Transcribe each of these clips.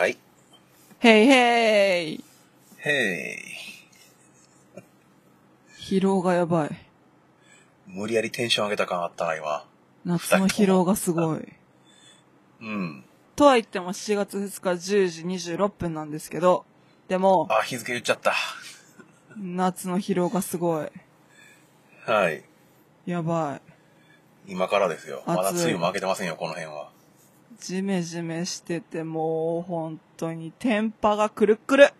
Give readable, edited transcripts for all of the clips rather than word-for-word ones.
はい。 へいへい。 へい。 疲労がやばい。 無理やりテンション上げた感あったな、今。 夏の疲労がすごい。 うん。 とは言っても7月2日10時26分なんですけど、でも、 あ、日付言っちゃった。 夏の疲労がすごい。 はい。 やばい。 今からですよ。まだ暑い梅雨も明けてませんよ、この辺は。 ジメジメしててもう本当にテンパがくるくる。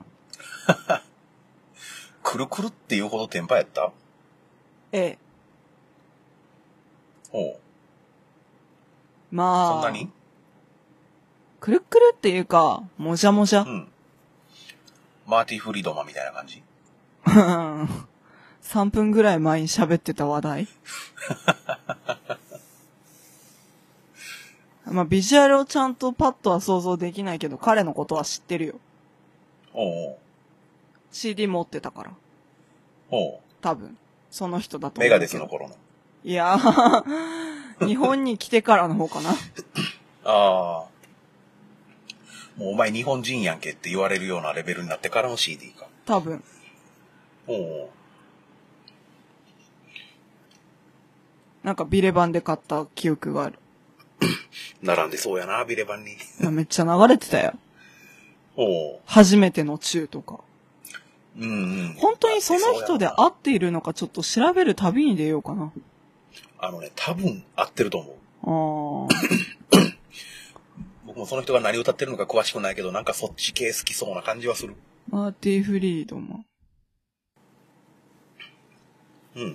くるくるっていうほどテンパやった？ ええ。 おう。 まあ。 そんなに？ くるくるっていうか、もじゃもじゃ。 うん。マーティ・フリードマンみたいな感じ ？3分ぐらい前に喋ってた話題まあビジュアルをちゃんとパッとは想像できないけど、彼のことは知ってるよ。 おう。 CD 持ってたから。 おう。 多分。その人だと思うけど。 メガデスの頃の。 いや日本に来てからの方かな。 ああ。もうお前日本人やんけって言われるようなレベルになってからの CD か。 多分。 おう。 なんかビレ版で買った記憶がある。 並んでそうやな、ビレ版に。 いやめっちゃ流れてたよ。 おう。 初めての中とか。 うんうん。 本当にその人で合っているのかちょっと調べる旅に出ようかな。 多分合ってると思う。僕もその人が何歌ってるのか詳しくないけど、なんかそっち系好きそうな感じはする。 マーティ・フリードマン。 うん。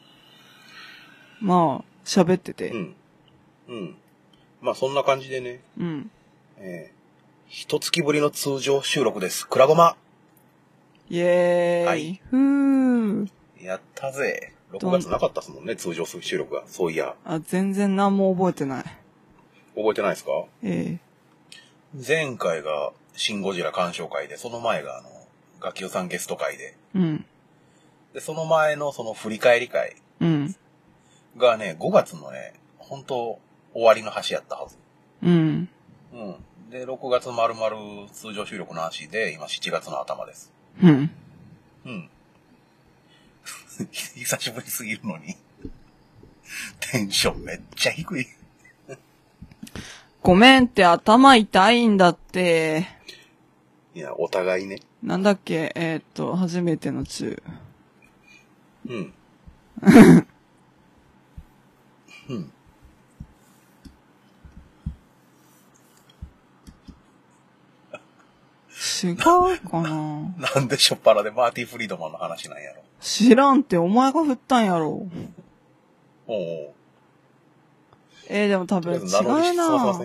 まあ、喋ってて。 うん。うん。まあそんな感じでね。 うん。 一月ぶりの通常収録です。くらごま。 イエーイ。 はい。 ふー。 やったぜ。6月なかったっすもんね、通常収録が。そういや。 あ、全然何も覚えてない。 覚えてないですか？ 前回がシン・ゴジラ鑑賞会で、その前がガキオさんゲスト会で。 うん。 で、その前のその振り返り会。 うん。 がね、5月のね、本当終わりの橋やったはず。 うん。 うん。で、6月丸々通常収録の話で、今7月の頭です。 うん。 うん。久しぶりすぎるのに。テンションめっちゃ低い。 ごめんって頭痛いんだって。 いや、お互いね。 なんだっけ、初めての中。 うん。うん。 違うかな。 なんでしょっぱなでマーティ・フリードマンの話なんやろ。 知らんってお前が振ったんやろ。 おう。 でも多分違うな。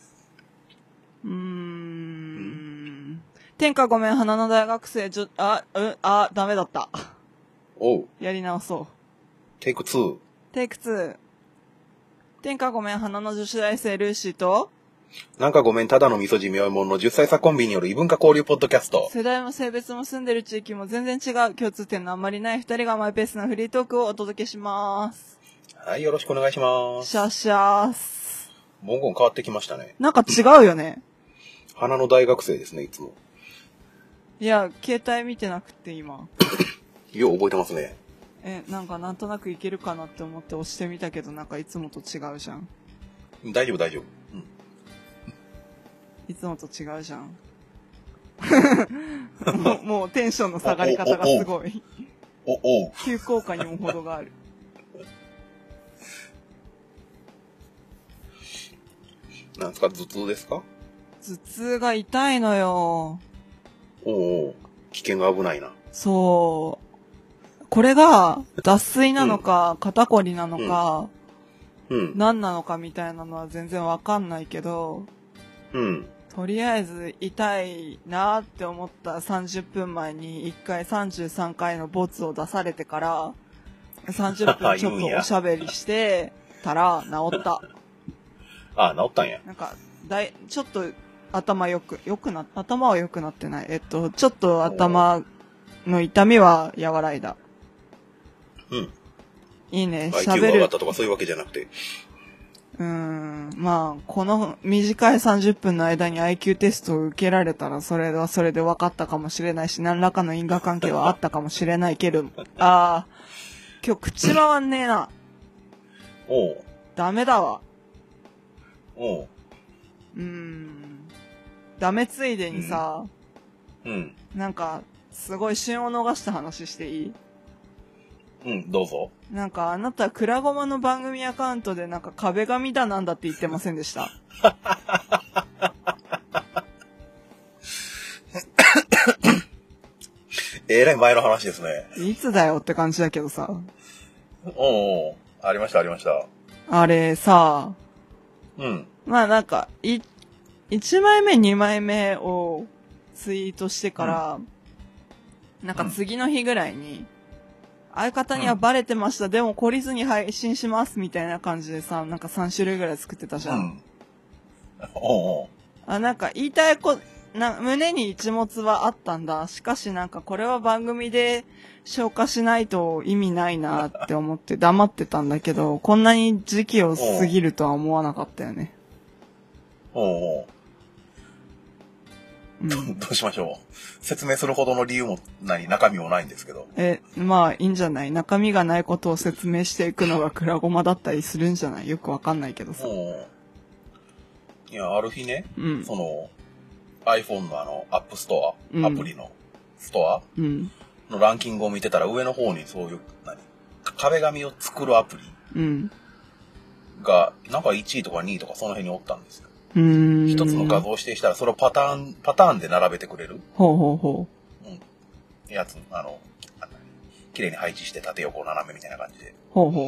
天下ごめん、花の大学生、ダメだった。 おう。 やり直そう。 テイク2。 テイク2。天下ごめん、花の女子大生ルーシーと、 なんかごめん、ただの味噌汁妙もんの10歳差コンビによる異文化交流ポッドキャスト。 世代も性別も住んでる地域も全然違う共通点のあんまりない二人がマイペースなフリートークをお届けします。 はい、よろしくお願いします。 シャシャース。 文言変わってきましたね。 なんか違うよね。 花の大学生ですね、いつも。 いや、携帯見てなくて今。 よう覚えてますね。 なんかなんとなくいけるかなって思って押してみたけど、なんかいつもと違うじゃん。 大丈夫、大丈夫。うん。 いつもと違うじゃん。もうテンションの下がり方がすごい。 おう。 急降下にも程がある。 なんですか、頭痛ですか？ 頭痛が痛いのよ。 おう。危険が危ないな。 そう。これが脱水なのか、肩こりなのか、何なのかみたいなのは全然わかんないけど、とりあえず痛いなって思った30分前に1回33回のボツを出されてから、30分ちょっとおしゃべりしてたら治った。 あ、治ったんや。 なんか、ちょっと頭は良くなってない。ちょっと頭の痛みは和らいだ。 うん。 いいね、 IQ が上がったとかそういうわけじゃなくて。 まあ、この短い30分の間に IQ テストを受けられたら、それはそれで分かったかもしれないし、何らかの因果関係はあったかもしれないけど、今日口回んねえな。 おう。 ダメだわ。 おう。 ダメついでにさ、なんか、すごい旬を逃した話していい？ どうぞ。 なんかあなた、くらごまの番組アカウントでなんか壁紙だなんだって言ってませんでした？ えらい前の話ですね。 いつだよって感じだけどさ。 おう、ありました、ありました。 あれさ、まあなんか、1枚目、2枚目をツイートしてから、なんか次の日ぐらいに、相方にはバレてました、でも懲りずに配信しますみたいな感じでさ、なんか3種類ぐらい作ってたじゃん。なんか言いたい胸に一物はあったんだ。しかしなんかこれは番組で消化しないと意味ないなって思って黙ってたんだけど、こんなに時期を過ぎるとは思わなかったよね。 どうしましょう。説明するほどの理由も中身もないんですけど。 まあいいんじゃない？中身がないことを説明していくのがくらごまだったりするんじゃない？よくわかんないけどさ。 いや、ある日ね、その iPhone のアップストア、アプリのストアのランキングを見てたら、上の方にそういう壁紙を作るアプリがなんか1位とか2位とかその辺におったんですよ。一つの画像を指定したらそれをパターンで並べてくれる。やつ、綺麗に配置して縦横斜めみたいな感じで。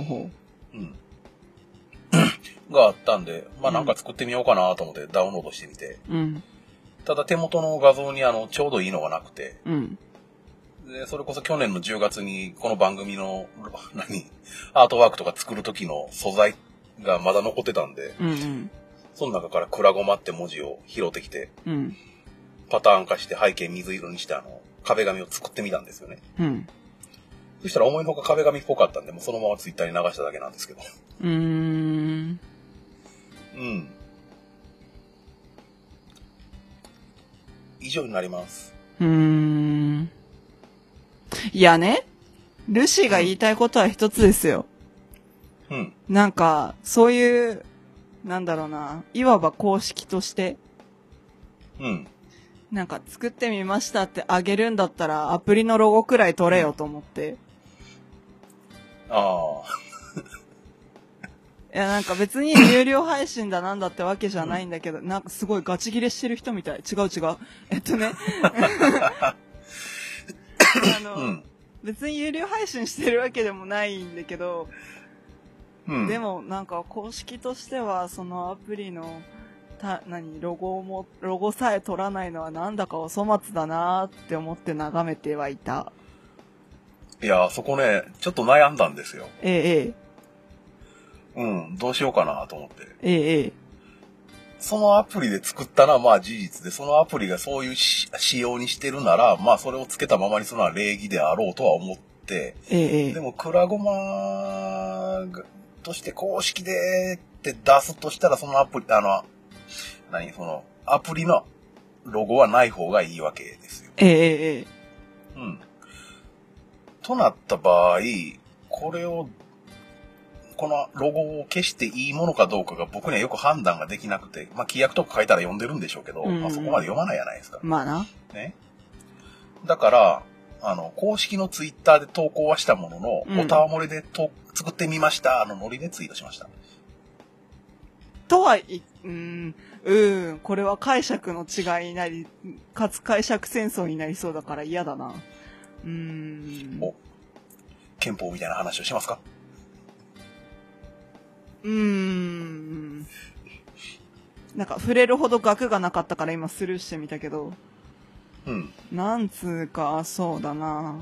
があったんで、まあなんか作ってみようかなと思ってダウンロードしてみて。ただ手元の画像にちょうどいいのがなくて。で、それこそ去年の10月にこの番組のアートワークとか作る時の素材がまだ残ってたんで。その中からくらごまって文字を拾ってきて、パターン化して背景水色にして壁紙を作ってみたんですよね。そしたら思いのほか壁紙っぽかったんで、もうそのままツイッターに流しただけなんですけど。以上になります。 いやね、ルシーが言いたいことは一つですよ。なんか、そういう、なんだろうな、いわば公式として、なんか作ってみましたってあげるんだったらアプリのロゴくらい取れよと思って。いやなんか別に有料配信だなんだってわけじゃないんだけど、なんかすごいガチ切れしてる人みたい。違う。別に有料配信してるわけでもないんだけど、でもなんか公式としてはそのアプリのロゴさえ取らないのはなんだかお粗末だなって思って眺めてはいた。 いやそこねちょっと悩んだんですよ。どうしようかなと思って。そのアプリで作ったのはまあ事実で、そのアプリがそういう仕様にしてるならまあそれをつけたままにするのは礼儀であろうとは思って、でもくらごまとして公式でって出すとしたら、そのアプリそのアプリのロゴはない方がいいわけですよ。となった場合、このロゴを消していいものかどうかが僕にはよく判断ができなくて、まあ規約とか書いたら読んでるんでしょうけど、まあそこまで読まないじゃないですか。 まあな。 ね。だから、公式のツイッターで投稿はしたものの、おたわもれで作ってみましたノリでツイートしました。 とは、これは解釈の違いになり、かつ解釈戦争になりそうだから嫌だな。 憲法みたいな話をしますか？ なんか触れるほど額がなかったから今スルーしてみたけど。なんつうか、そうだな。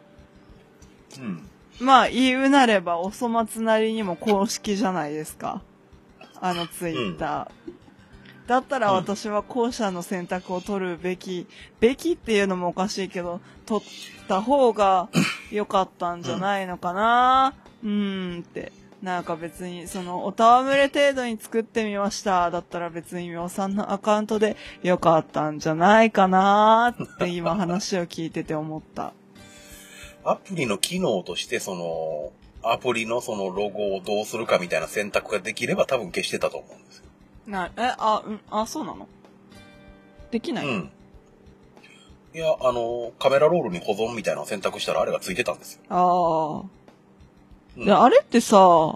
まあ、言うなればお粗末なりにも公式じゃないですか。ツイッター。だったら私は後者の選択を取るべきっていうのもおかしいけど、取った方が良かったんじゃないのかなって。 なんか別に、お戯れ程度に作ってみました。だったら別にみおさんのアカウントでよかったんじゃないかなーって今話を聞いてて思った。 アプリの機能としてアプリのロゴをどうするかみたいな選択ができれば多分消してたと思うんですよ。 そうなの？できない？うん。 いや、カメラロールに保存みたいなのを選択したらあれがついてたんですよ。 ああ。うん、あれってさ、 うん。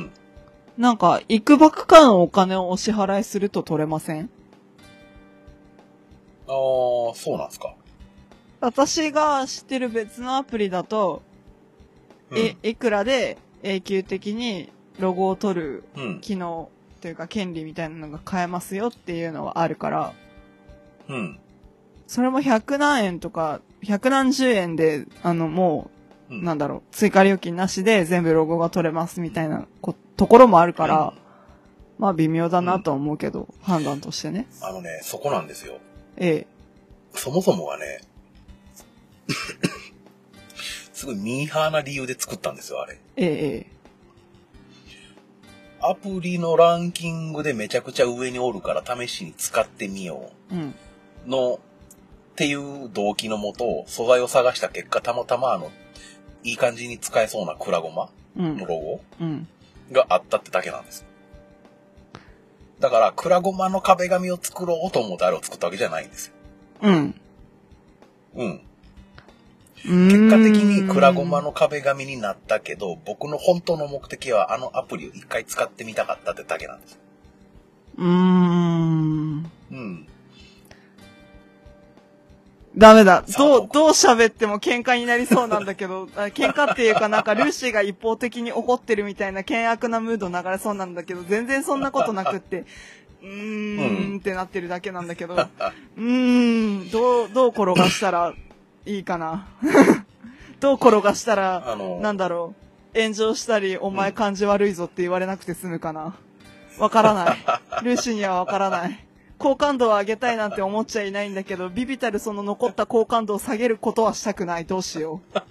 なんか、いくばくかのお金をお支払いすると取れません？ ああ、そうなんすか。 私が知ってる別のアプリだと、いくらで永久的にロゴを取る機能というか権利みたいなのが買えますよっていうのはあるから、 うん。 それも100何円とか、100何十円で、もう、なんだろう、追加料金なしで全部ロゴが取れますみたいなところもあるから、まあ微妙だなと思うけど、判断としてね。 そこなんですよ。 ええ。 そもそもがね、すごいミーハーな理由で作ったんですよ、あれ。 ええ。 アプリのランキングでめちゃくちゃ上におるから試しに使ってみよう。っていう動機のもと、素材を探した結果、たまたまいい感じに使えそうなクラゴマのロゴがあったってだけなんです。だから、クラゴマの壁紙を作ろうと思ってあれを作ったわけじゃないんですよ。結果的にクラゴマの壁紙になったけど、僕の本当の目的はアプリを一回使ってみたかったってだけなんです。 ダメだ。どう喋っても喧嘩になりそうなんだけど、喧嘩っていうかなんかルーシーが一方的に怒ってるみたいな険悪なムード流れそうなんだけど、全然そんなことなくって、ってなってるだけなんだけど、どう転がしたらいいかな。どう転がしたら、なんだろう、炎上したり、お前感じ悪いぞって言われなくて済むかな。わからない。ルーシーにはわからない。好感度を上げたいなんて思っちゃいないんだけど、ビビたるその残った好感度を下げることはしたくない。どうしよう。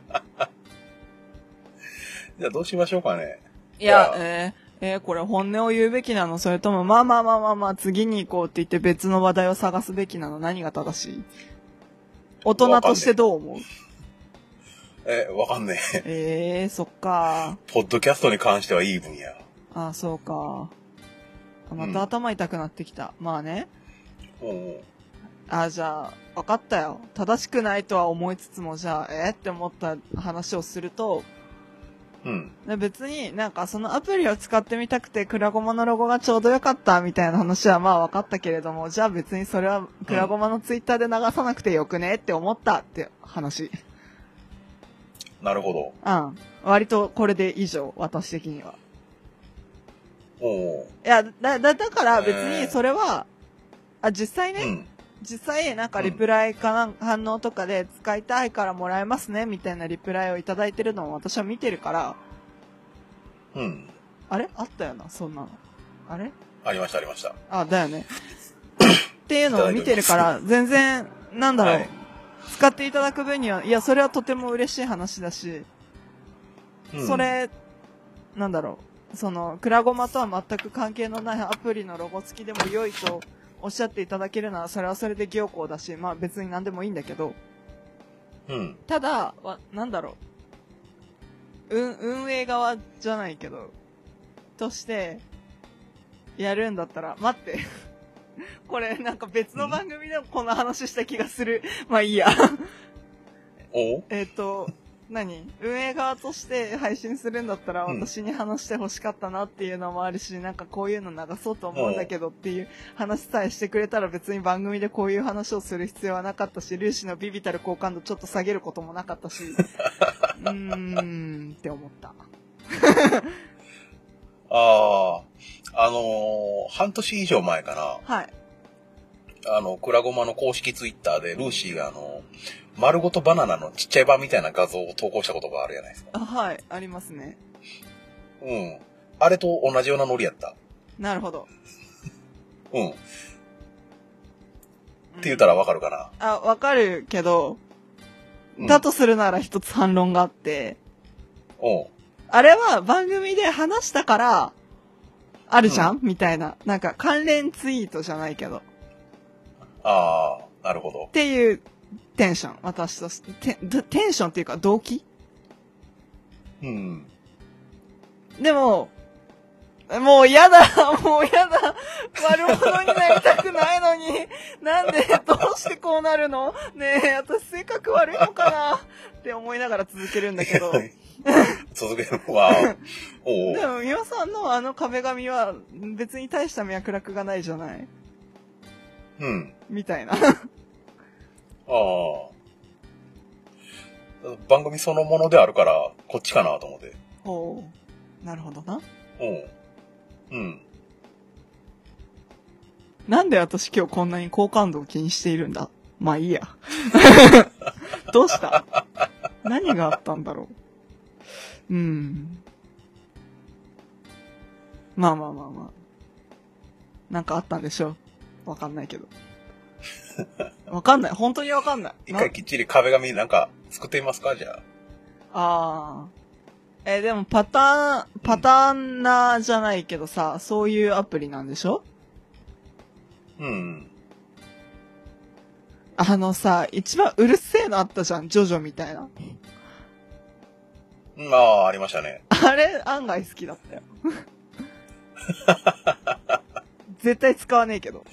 じゃあどうしましょうかね。 いや、これ本音を言うべきなの？それとも、まあ、次に行こうって言って別の話題を探すべきなの？何が正しい？大人としてどう思う？ わかんねえ。 そっか。 ポッドキャストに関してはいい分野。 あ、そうか。また頭痛くなってきた。まあね。じゃあ、わかったよ。正しくないとは思いつつも、じゃあ、って思った話をすると、別になんかそのアプリを使ってみたくてクラゴマのロゴがちょうどよかったみたいな話はまあ分かったけれども、じゃあ別にそれはクラゴマのツイッターで流さなくてよくねって思ったって話。 なるほど。 割とこれで以上、私的には。いや、だから別にそれは、実際ね、実際なんかリプライ反応とかで使いたいからもらえますねみたいなリプライをいただいてるのを私は見てるから、あれあったよな、そんなの。あれありました。 だよね。っていうのを見てるから、全然、なんだろう、使っていただく分には、いや、それはとても嬉しい話だし、それ、なんだろう、クラゴマとは全く関係のないアプリのロゴ付きでも良いとおっしゃっていただけるなら、それはそれで行幸だし、まあ別に何でもいいんだけど、ただ、なんだろう、運営側じゃないけど、として、やるんだったら、待って。これなんか別の番組でもこんな話した気がする。まあいいや。運営側として配信するんだったら私に話してほしかったなっていうのもあるし、なんかこういうの流そうと思うんだけどっていう話さえしてくれたら別に番組でこういう話をする必要はなかったし、ルーシーのビビたる好感度ちょっと下げることもなかったし、って思った。 半年以上前かな。 はい。 クラゴマの公式ツイッターでルーシーが丸ごとバナナのちっちゃい版みたいな画像を投稿したことがあるじゃないですか。 はい、ありますね。 あれと同じようなノリやった。 なるほど。 って言ったらわかるかな。 わかるけど、だとするなら一つ反論があって、 あれは番組で話したから、あるじゃん、みたいな。なんか関連ツイートじゃないけど。 ああ、なるほど。 っていうテンション。私として。テンションっていうか動機？ うん。 でも、もう嫌だもう嫌だ悪者になりたくないのになんでどうしてこうなるのねえ、私性格悪いのかなって思いながら続けるんだけど。 続けるのは、 おでも、美輪さんのあの壁紙は別に大した脈絡がないじゃない。 うん。 みたいな。 ああ。番組そのものであるから、こっちかなと思って。 おう。なるほどな。 うん。 なんで私今日こんなに好感度を気にしているんだ？まあいいや。どうした？何があったんだろう。まあ。なんかあったんでしょう。わかんないけど。わかんない。本当にわかんない。 一回きっちり壁紙なんか作ってみますか、じゃあ。でもパターンナーじゃないけどさ、そういうアプリなんでしょ？ うん。 さ、一番うるせえのあったじゃん、ジョジョみたいな。 ああ、ありましたね。 あれ、案外好きだったよ。絶対使わねえけど。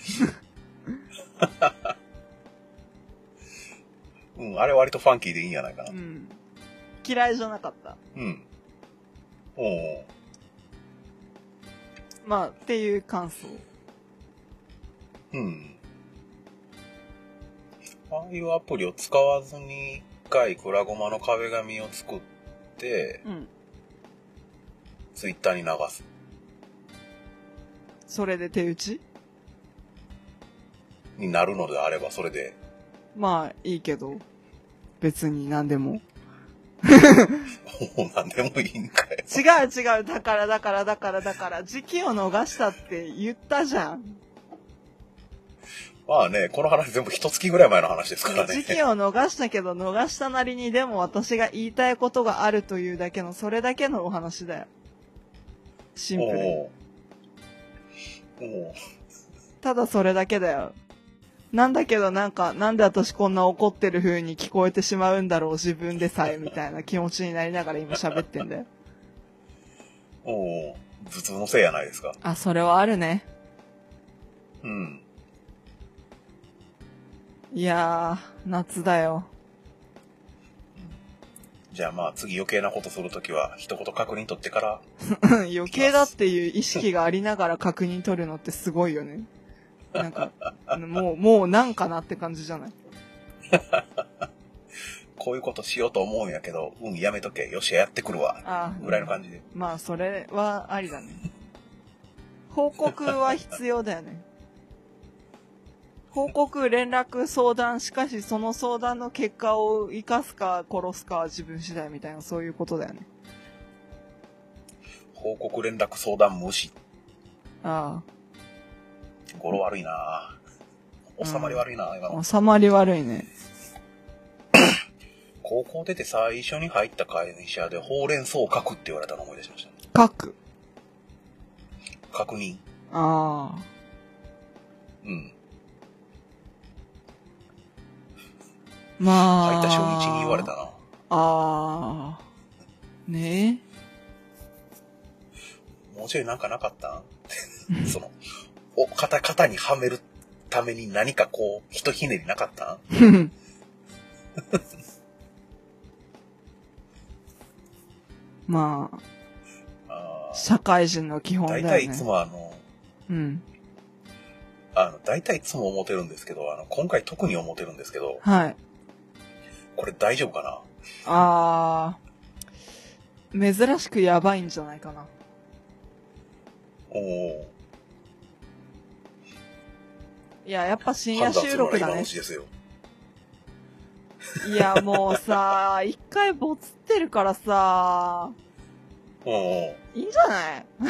うん、あれ割とファンキーでいいんじゃないかな。 うん。嫌いじゃなかった。 うん。おお。 まあ、っていう感想。 うん。ああいうアプリを使わずに一回クラゴマの壁紙を作って、 うん。 ツイッターに流す。 それで手打ちになるのであればそれで。 まあ、いいけど、別に何でも。もう何でもいいんかよ。 違う。だから、時期を逃したって言ったじゃん。 まあね、この話全部一月ぐらい前の話ですからね。 時期を逃したけど、逃したなりにでも私が言いたいことがあるというだけの、それだけのお話だよ。シンプルに。ただそれだけだよ。なんだけどなんで私こんな怒ってる風に聞こえてしまうんだろう、自分でさえ、みたいな気持ちになりながら今喋ってんだよ。 頭痛のせいやないですか。 あ、それはあるね。 うん。 いやー、夏だよ。 じゃあまあ次余計なことするときは一言確認取ってから。 余計だっていう意識がありながら確認取るのってすごいよね。なんか、もうなんかなって感じじゃない？ こういうことしようと思うんやけど、やめとけ。よし、やってくるわ。ぐらいの感じで。 まあ、それはありだね。報告は必要だよね。報告、連絡、相談、しかしその相談の結果を生かすか殺すかは自分次第みたいな、そういうことだよね。 報告、連絡、相談、無視。 ああ。 語呂悪いなぁ。収まり悪いなぁ、今の。 収まり悪いね。 高校出て最初に入った会社でほうれん草を書くって言われたのを思い出しました、ね。 書く。 確認。 ああ。 うん。 まあ。 入った初日に言われたな。 ああ。ねえ。もうちょいなんかなかったんその、肩にはめるために何かこう、ひとひねりなかったんまあ、社会人の基本だよね。 大体いつも大体いつも思ってるんですけど、今回特に思ってるんですけど、 はい。 これ大丈夫かな？ 珍しくやばいんじゃないかな。いや、やっぱ深夜収録だね。いや、もうさ、一回ボツってるからさ、いいんじゃ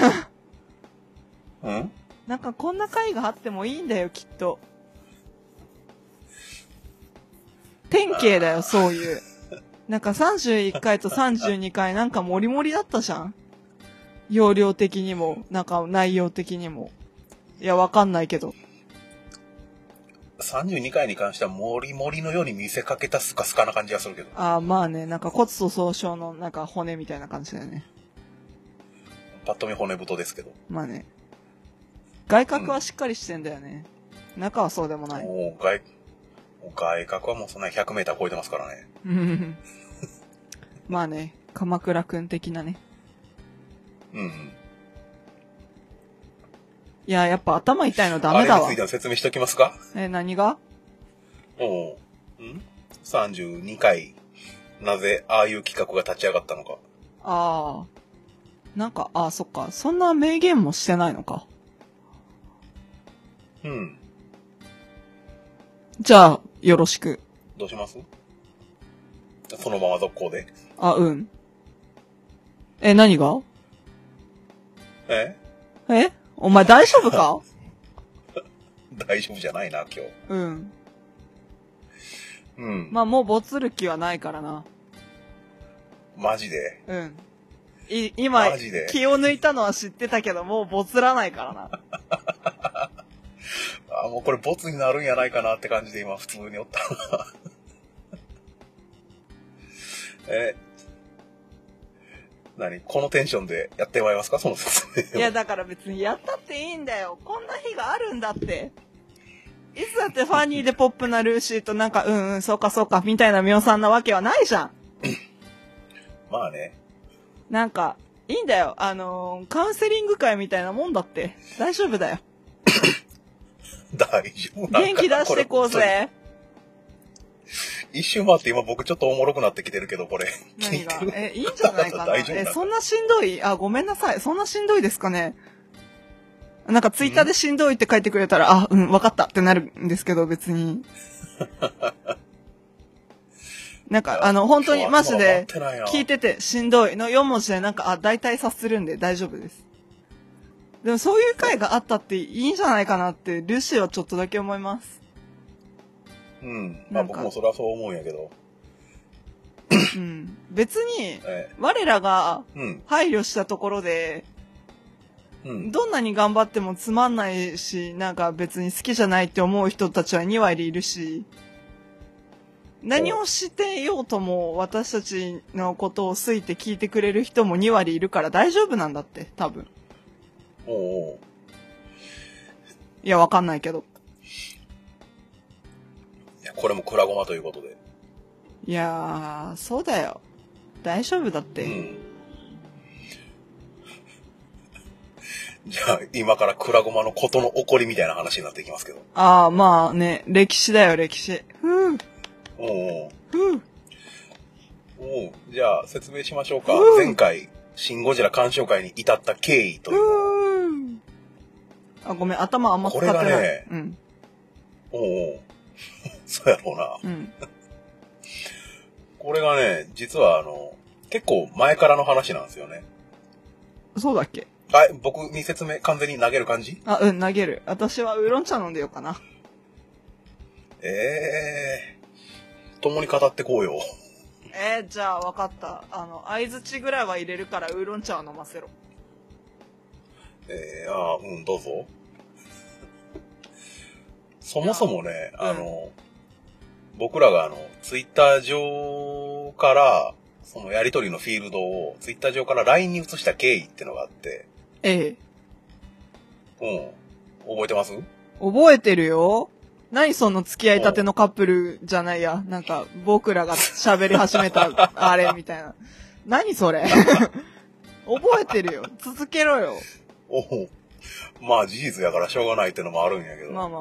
ない？なんかこんな回があってもいいんだよ、きっと。典型だよ、そういう。 なんか31回と32回なんかモリモリだったじゃん。容量的にも、なんか内容的にも。いや、わかんないけど。 32回に関してはモリモリのように見せかけたスカスカな感じがするけど。 ああ、まあね、なんか骨粗鬆症のなんか骨みたいな感じだよね。 パッと見骨太ですけど。 まあね。外角はしっかりしてんだよね。中はそうでもない。 外角はもうそんな100メーター超えてますからね。 まあね、鎌倉くん的なね。 うんうん。 いや、やっぱ頭痛いのダメだわ。 あれについては説明しときますか？ 何が ？32回、なぜああいう企画が立ち上がったのか。 ああ。なんか、そっか。そんな明言もしてないのか。 うん。 じゃあ、よろしく。 どうします？そのまま続行で。 うん。何が？お前大丈夫か？ 大丈夫じゃないな、今日。 うん。 うん。 まあもうボツる気はないからな。 マジで？ うん。今、気を抜いたのは知ってたけど、もうボツらないからな。 もうこれボツになるんやないかなって感じで今普通におったな。何このテンションでやってまいりますかその説明。 いやだから別にやったっていいんだよ。こんな日があるんだって。いつだってファニーでポップなルーシーとなんかそうかそうかみたいなミオさんなわけはないじゃん。 まあね。 なんかいいんだよ。カウンセリング会みたいなもんだって。大丈夫だよ。 大丈夫なんかな。 元気出してこうぜ。 一周回って今僕ちょっとおもろくなってきてるけど、これ。 何がいいんじゃないかな。そんなしんどい？ごめんなさい。そんなしんどいですかね。なんかツイッターでしんどいって書いてくれたら、わかったってなるんですけど、別に。なんか、本当にマジで、聞いててしんどいの4文字でなんか、大体察するんで大丈夫です。でもそういう回があったっていいんじゃないかなって、ルシーはちょっとだけ思います。 うん。まあ僕もそれはそう思うんやけど。 うん。別に、我らが配慮したところで、どんなに頑張ってもつまんないし、なんか別に好きじゃないって思う人たちは2割いるし、何をしてようとも私たちのことを好いて聞いてくれる人も2割いるから大丈夫なんだって、多分。いや、わかんないけど。 いや、これもクラゴマということで。 いやー、そうだよ。大丈夫だって。 じゃあ、今からクラゴマのことの起こりみたいな話になっていきますけど。 まあね、歴史だよ、歴史。 じゃあ、説明しましょうか。前回、シン・ゴジラ鑑賞会に至った経緯という。 ごめん、頭あんま使ってない。これがね、 そうやろうな。これがね、実は結構前からの話なんですよね。 そうだっけ？ 僕に説明完全に投げる感じ？ 投げる。私はウーロン茶飲んでようかな。 共に語ってこうよ。 じゃあ分かった。相づちぐらいは入れるからウーロン茶は飲ませろ。 どうぞ。そもそもね、僕らがツイッター上から、そのやりとりのフィールドをツイッター上から LINE に移した経緯ってのがあって。覚えてます？ 覚えてるよ。何その付き合いたてのカップルじゃないや。なんか、僕らが喋り始めた、あれみたいな。何それ覚えてるよ。続けろよ。 まあ事実やからしょうがないってのもあるんやけど。 まあ。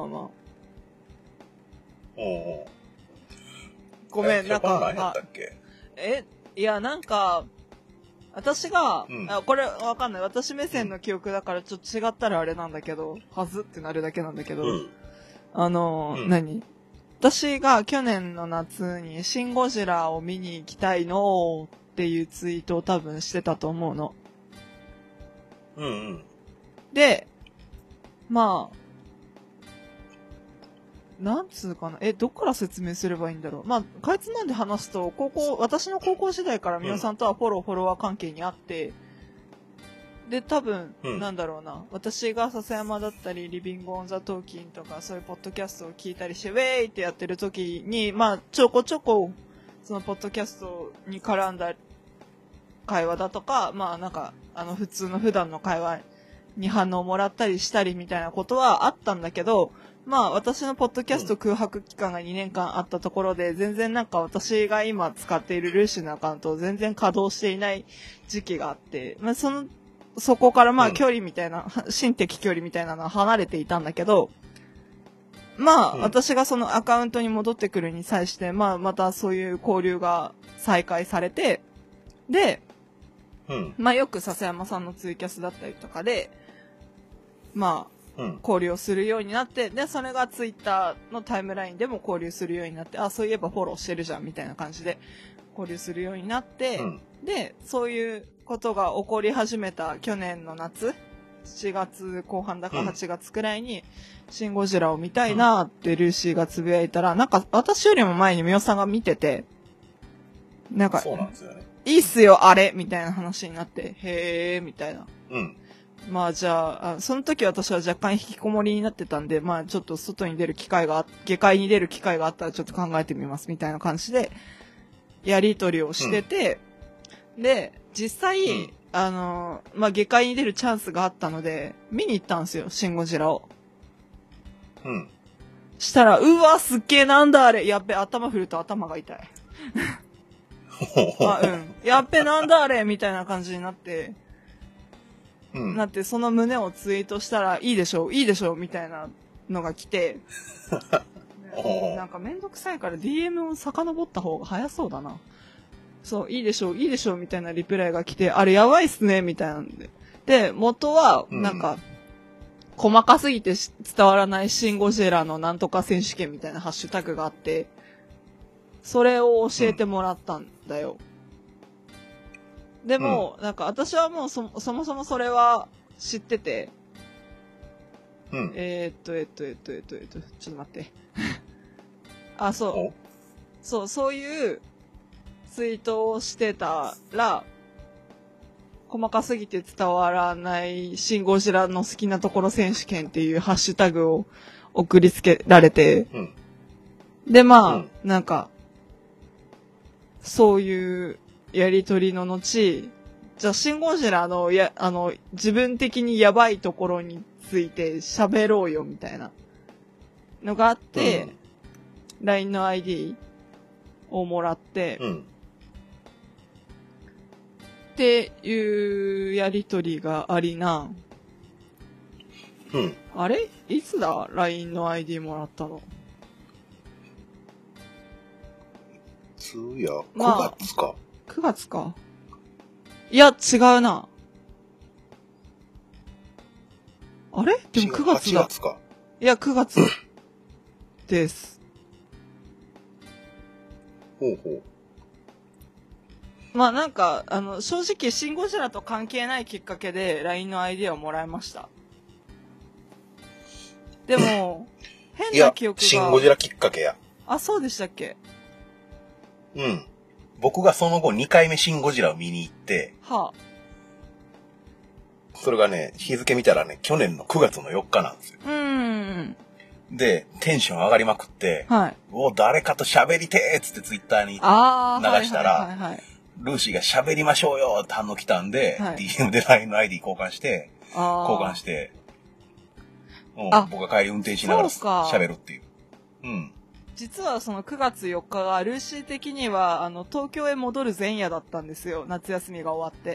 ごめん、なんか、いや、なんか、私が、これわかんない。私目線の記憶だからちょっと違ったらあれなんだけど、はずってなるだけなんだけど、私が去年の夏にシン・ゴジラを見に行きたいのっていうツイートを多分してたと思うの。で、まあ、 なんつうかな。どっから説明すればいいんだろう。まあ、かいつまんで話すと、私の高校時代からみおさんとはフォロワー関係にあって、で、多分、なんだろうな。私が笹山だったり、リビングオンザトーキンとか、そういうポッドキャストを聞いたりして、ウェーイってやってる時に、まあ、ちょこちょこ、そのポッドキャストに絡んだ会話だとか、まあなんか、普通の普段の会話に反応をもらったりしたりみたいなことはあったんだけど、まあ私のポッドキャスト空白期間が2年間あったところで、全然なんか私が今使っているルーシーのアカウントを全然稼働していない時期があって、まあそこからまあ距離みたいな、心的距離みたいなのは離れていたんだけど、まあ私がそのアカウントに戻ってくるに際して、まあまたそういう交流が再開されて、で、まあよく笹山さんのツイキャスだったりとかで、まあ、交流をするようになって、で、それがツイッターのタイムラインでも交流するようになって、あ、そういえばフォローしてるじゃん、みたいな感じで交流するようになって、で、そういうことが起こり始めた去年の夏、7月後半だか8月くらいに、シン・ゴジラを見たいなってルーシーがつぶやいたら、なんか私よりも前にみおさんが見てて、なんか、 そうなんですよね。 いいっすよ、あれみたいな話になって、へー、みたいな。まあじゃあ、その時私は若干引きこもりになってたんで、まあちょっと外に出る機会が、下界に出る機会があったらちょっと考えてみますみたいな感じで、やりとりをしてて、で、実際、まあ下界に出るチャンスがあったので、見に行ったんですよ、シン・ゴジラを。したら、うわ、すっげえなんだあれ、やっべ、頭振ると頭が痛い。やっべ、なんだあれみたいな感じになって、なって、その胸をツイートしたら、いいでしょみたいなのが来て、なんかめんどくさいから DM を遡った方が早そうだな。そう、いいでしょみたいなリプライが来て、あれやばいっすねみたいなんで。で、元は、なんか、細かすぎて伝わらないシン・ゴジラのなんとか選手権みたいなハッシュタグがあって、それを教えてもらったんだよ。でも、なんか私はもうそもそもそれは知ってて、ちょっと待って。あ、そういうツイートをしてたら、細かすぎて伝わらないシン・ゴジラの好きなところ選手権っていうハッシュタグを送りつけられて、で、まあ、なんか、そういうやりとりの後、じゃあ、シン・ゴジラの、自分的にやばいところについて喋ろうよ、みたいなのがあって、LINE の ID をもらって、っていうやりとりがありな。あれいつだ ?LINE の ID もらったの。 9月か。 9月か。いや、違うな。あれでも9月だ。 8月か。 いや、9月です。 ほうほう。 まあなんか、正直、シン・ゴジラと関係ないきっかけで LINE のアイディアをもらいました。でも、変な記憶が。 シン・ゴジラきっかけや。 あ、そうでしたっけ？ 僕がその後2回目シン・ゴジラを見に行って、それがね、日付見たらね、去年の9月の4日なんですよ。で、テンション上がりまくって、誰かと喋りてーっつってツイッターに流したら、ルーシーが喋りましょうよって反応来たんで、DM で LINE の ID 交換して、僕が帰り運転しながら喋るっていう。 実はその9月4日がルーシー的には東京へ戻る前夜だったんですよ。夏休みが終わって。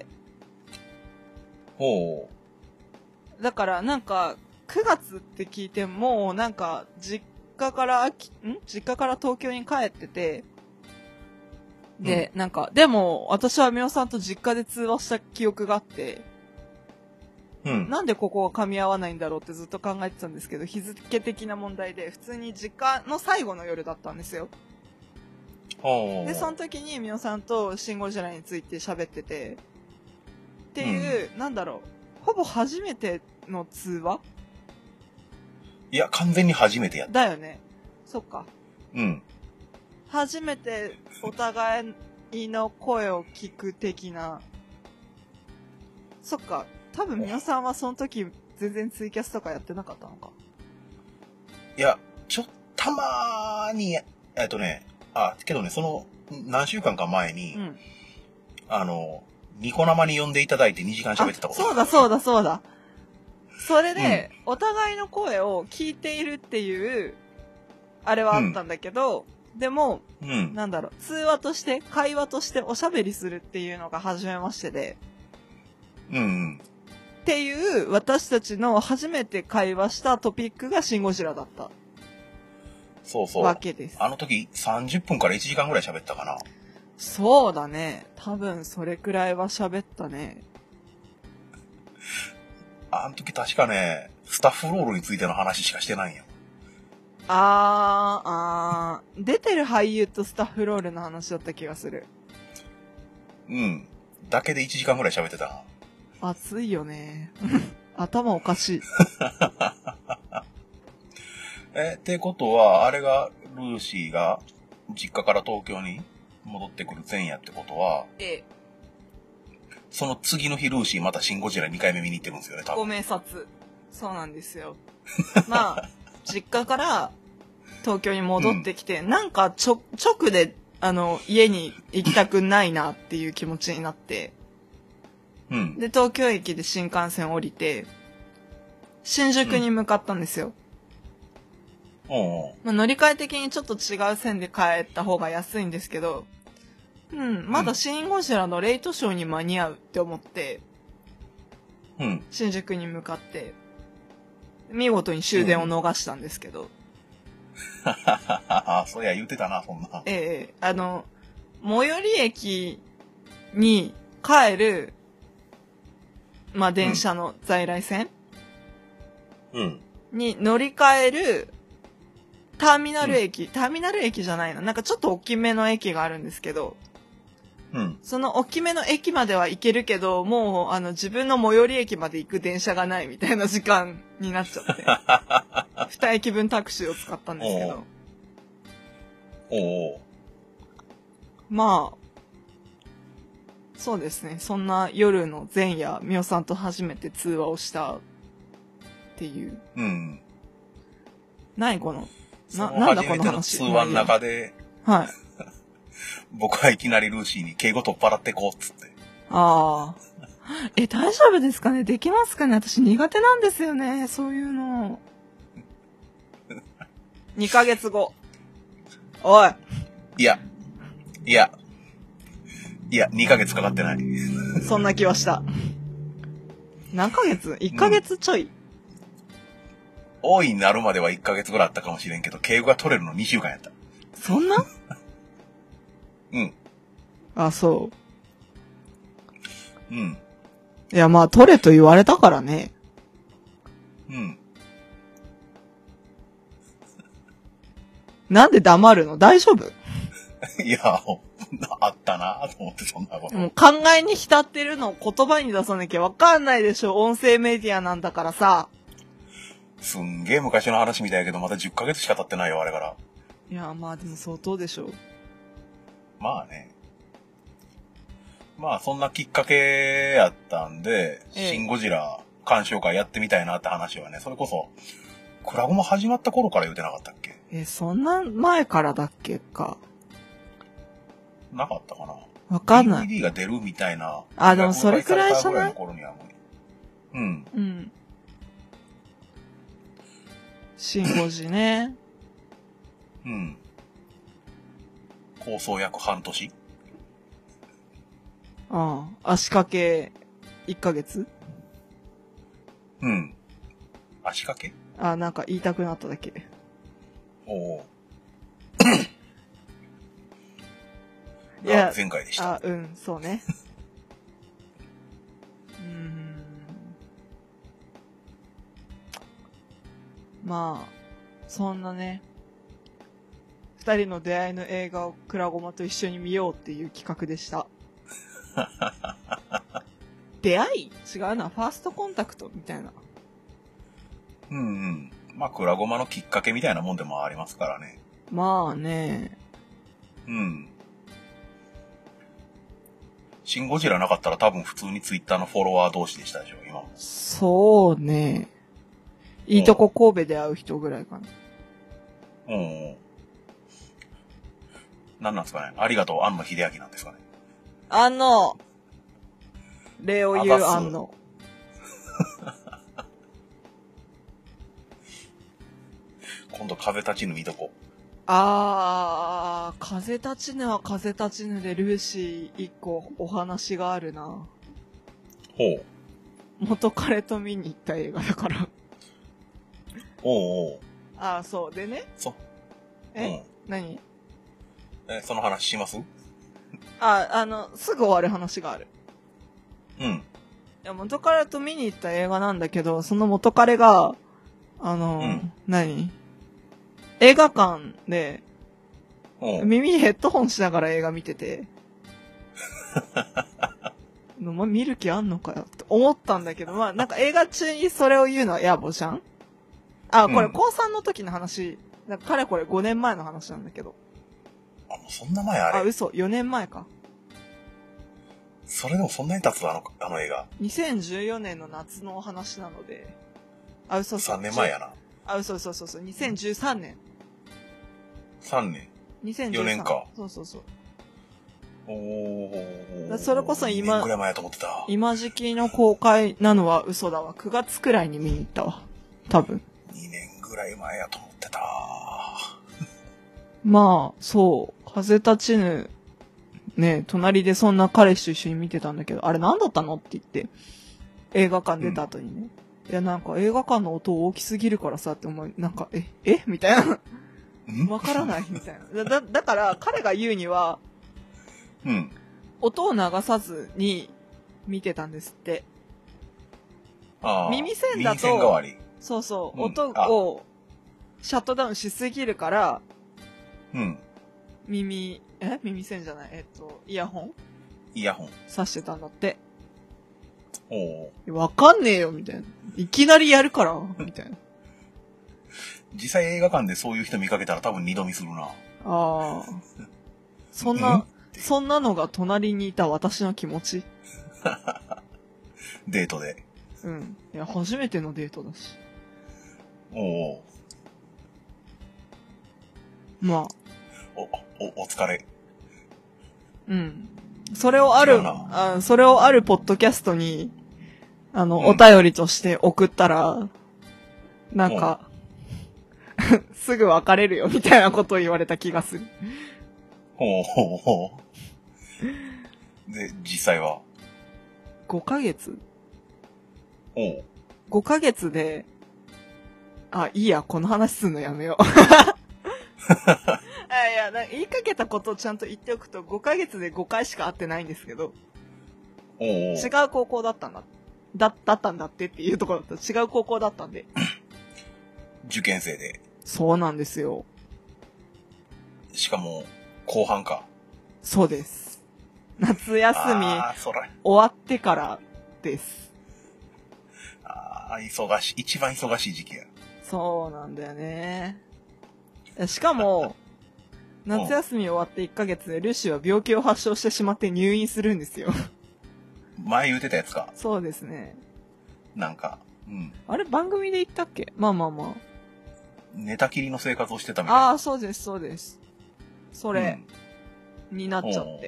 だからなんか9月って聞いてもなんか実家から東京に帰ってて、で、なんか、でも、私はみおさんと実家で通話した記憶があって、なんでここが噛み合わないんだろうってずっと考えてたんですけど、日付的な問題で、普通に実家の最後の夜だったんですよ。で、その時にみおさんとシン・ゴジラについて喋ってて、っていう、なんだろう、ほぼ初めての通話？ いや、完全に初めてやった。 だよね。 そっか。 うん。 初めてお互いの声を聞く的な。そっか。多分皆さんはその時全然ツイキャスとかやってなかったのか。 いや、たまーに、けどね、その何週間か前に、ニコ生に呼んでいただいて2時間喋ってたこと。 そうだ。それで、お互いの声を聞いているっていう、あれはあったんだけど、でも、なんだろう、通話として、会話としておしゃべりするっていうのが初めましてで、っていう、私たちの初めて会話したトピックがシン・ゴジラだった。 そう。 わけです。 あの時30分から1時間ぐらい喋ったかな。 そうだね。多分それくらいは喋ったね。 あの時確かね、スタッフロールについての話しかしてないよ。 出てる俳優とスタッフロールの話だった気がする。 だけで1時間ぐらい喋ってたな。 熱いよね。頭おかしい。 ってことは、あれが、ルーシーが実家から東京に戻ってくる前夜ってことは、その次の日ルーシーまたシン・ゴジラ2回目見に行ってるんですよね、多分。 ご明察。そうなんですよ。まあ、実家から東京に戻ってきて、なんか直で、家に行きたくないなっていう気持ちになって、で、東京駅で新幹線降りて、新宿に向かったんですよ。まあ、乗り換え的にちょっと違う線で帰った方が安いんですけど、まだシン・ゴジラのレイトショーに間に合うって思って、新宿に向かって、見事に終電を逃したんですけど。 そうや言ってたな、そんな。 最寄り駅に帰る、まあ、電車の在来線、に乗り換えるターミナル駅じゃないな。なんかちょっと大きめの駅があるんですけど、その大きめの駅までは行けるけど、もう自分の最寄り駅まで行く電車がないみたいな時間になっちゃって。2駅分タクシーを使ったんですけど。まあ、そうですね。そんな夜の前夜、みおさんと初めて通話をしたっていう。何この、なんだこの話。 通話の中で、 はい。 僕はいきなりルーシーに敬語取っ払ってこうっつって。 大丈夫ですかね？できますかね？私苦手なんですよね、そういうの。2ヶ月後。おい。 いや、2ヶ月かかってない。 そんな気はした。何ヶ月？ 1 ヶ月ちょい。 大いになるまでは1ヶ月ぐらいあったかもしれんけど、敬語が取れるの2週間やった。 そんな？あ、そう。いや、まあ、取れと言われたからね。なんで黙るの？大丈夫？ いや、あったなと思って、そんなこと。 もう考えに浸ってるのを言葉に出さなきゃわかんないでしょ。音声メディアなんだからさ。 すんげえ昔の話みたいやけど、まだ10ヶ月しか経ってないよ、あれから。 いや、まあでも相当でしょ。 まあね。まあそんなきっかけやったんで、シン・ゴジラ鑑賞会やってみたいなって話はね、それこそ、クラゴマ始まった頃から言うてなかったっけ？ そんな前からだっけか。 なかったかな。 わかんない。 DVD が出るみたいな。 でもそれくらいじゃない？シン・ゴジね。 構想約半年？ 足掛け1ヶ月？ 足掛け？ なんか言いたくなっただけ。 いや、前回でした。 そうね。まあ、そんなね、2人の出会いの映画をクラゴマと一緒に見ようっていう企画でした。出会い？違うな、ファーストコンタクトみたいな。 まあ、クラゴマのきっかけみたいなもんでもありますからね。 まあね。 うん。シン・ゴジラなかったら多分普通にツイッターのフォロワー同士でしたでしょ、今も。 そうね。いいとこ神戸で会う人ぐらいかな。 うん。何なんですかね。ありがとう、庵野秀明なんですかね。 礼を言う庵野。 今度風立ちぬ見とこ。 風立ちぬは風立ちぬでルーシー一個お話があるな。 ほう。 元彼と見に行った映画だから。 おう。 そう。でね。何？ その話します？ すぐ終わる話がある。 うん。いや、元彼と見に行った映画なんだけど、その元彼が、何？映画館で、耳にヘッドホンしながら映画見てて、お前見る気あんのかよって思ったんだけど、まあなんか映画中にそれを言うのは野暮じゃん？これ高3の時の話、なんかかれこれ5年前の話なんだけど。 もうそんな前あれ？ 嘘、4年前か。 それでもそんなに経つあの映画。 2014年の夏のお話なので。嘘。 3年前やな。 嘘、2013年。 3年。 2013。 4年か。 そう。 おそれこそ今、 2年ぐらい前やと思ってた。 今時期の公開なのは嘘だわ。9月くらいに見に行ったわ。多分。 2年ぐらい前やと思ってた。 まあ、そう。風立ちぬ、ね、隣でそんな彼氏と一緒に見てたんだけど、あれ何だったのって言って、映画館出た後にね。いや、なんか映画館の音大きすぎるからさって思う。なんか、みたいな。わからないみたいな。だから、彼が言うには、音を流さずに見てたんですって。耳栓だと、 代わり。 そう、音をシャットダウンしすぎるから、耳栓じゃない、イヤホン挿してたんだって。わかんねえよ、みたいな。いきなりやるから、みたいな。 実際映画館でそういう人見かけたら多分二度見するな。 そんなのが隣にいた私の気持ち。 デートで。 いや、初めてのデートだし。まあ。 お疲れ。 それをあるポッドキャストに、お便りとして送ったら、なんか、すぐ別れるよみたいなことを言われた気がする。 で、実際は ?5 ヶ月 ?5 ヶ月で、いいや、この話すんのやめよう。いや、言いかけたことをちゃんと言っておくと、5ヶ月で5回しか会ってないんですけど、違う高校だったんだってっていうところだった。違う高校だったんで。 受験生で。 そうなんですよ。 しかも、後半か。 そうです。夏休み、終わってからです。 一番忙しい時期や。 そうなんだよね。しかも、夏休み終わって1ヶ月でルシは病気を発症してしまって入院するんですよ。 前言うてたやつか。 そうですね。 なんか、 あれ番組で言ったっけ？まあ。 寝たきりの生活をしてたみたいな。 そうです。それ、になっちゃって。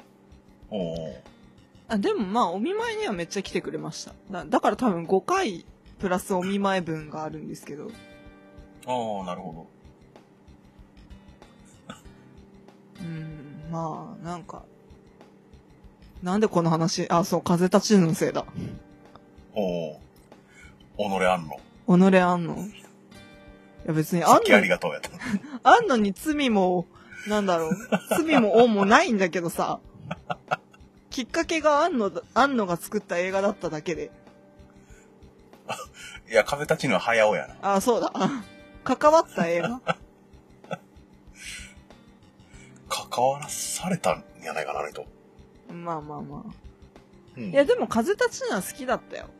でもまあ、お見舞いにはめっちゃ来てくれました。だから多分5回プラスお見舞い分があるんですけど。 なるほど。 まあ、なんか、なんでこの話、そう、風立ちぬのせいだ。 己あんの。 己あんの。いや別にさっきありがとうやった。 あんのに罪も、罪も恩もないんだけどさ。きっかけがあんのが作った映画だっただけで。 いや、風立ちぬは早尾やな。 そうだ。関わった映画関わらされたんじゃないかな、と。 まあ。いや、でも風立ちぬは好きだったよ。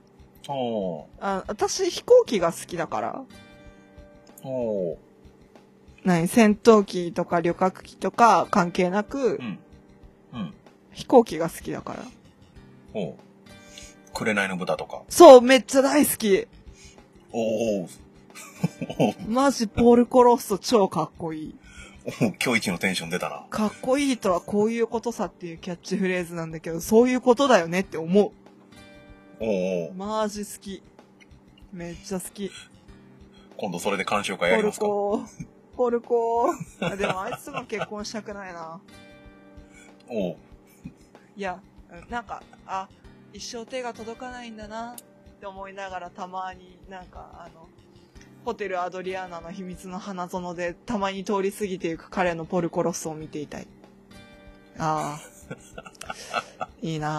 私飛行機が好きだから。 戦闘機とか旅客機とか関係なく、飛行機が好きだから。 おう。紅の豚とか。 そう、めっちゃ大好き。 おお。 マジポルコロッソ超かっこいい。 今日一のテンション出たな。 かっこいいとはこういうことさっていうキャッチフレーズなんだけど、そういうことだよねって思う。 おお。 マジ好き。めっちゃ好き。 今度それで鑑賞会やりますか？ ポルコでもあいつとも結婚したくないな。 おう。 いや、なんか、一生手が届かないんだなって思いながらたまにホテルアドリアーナの秘密の花園でたまに通り過ぎていく彼のポルコロッソを見ていたい。いい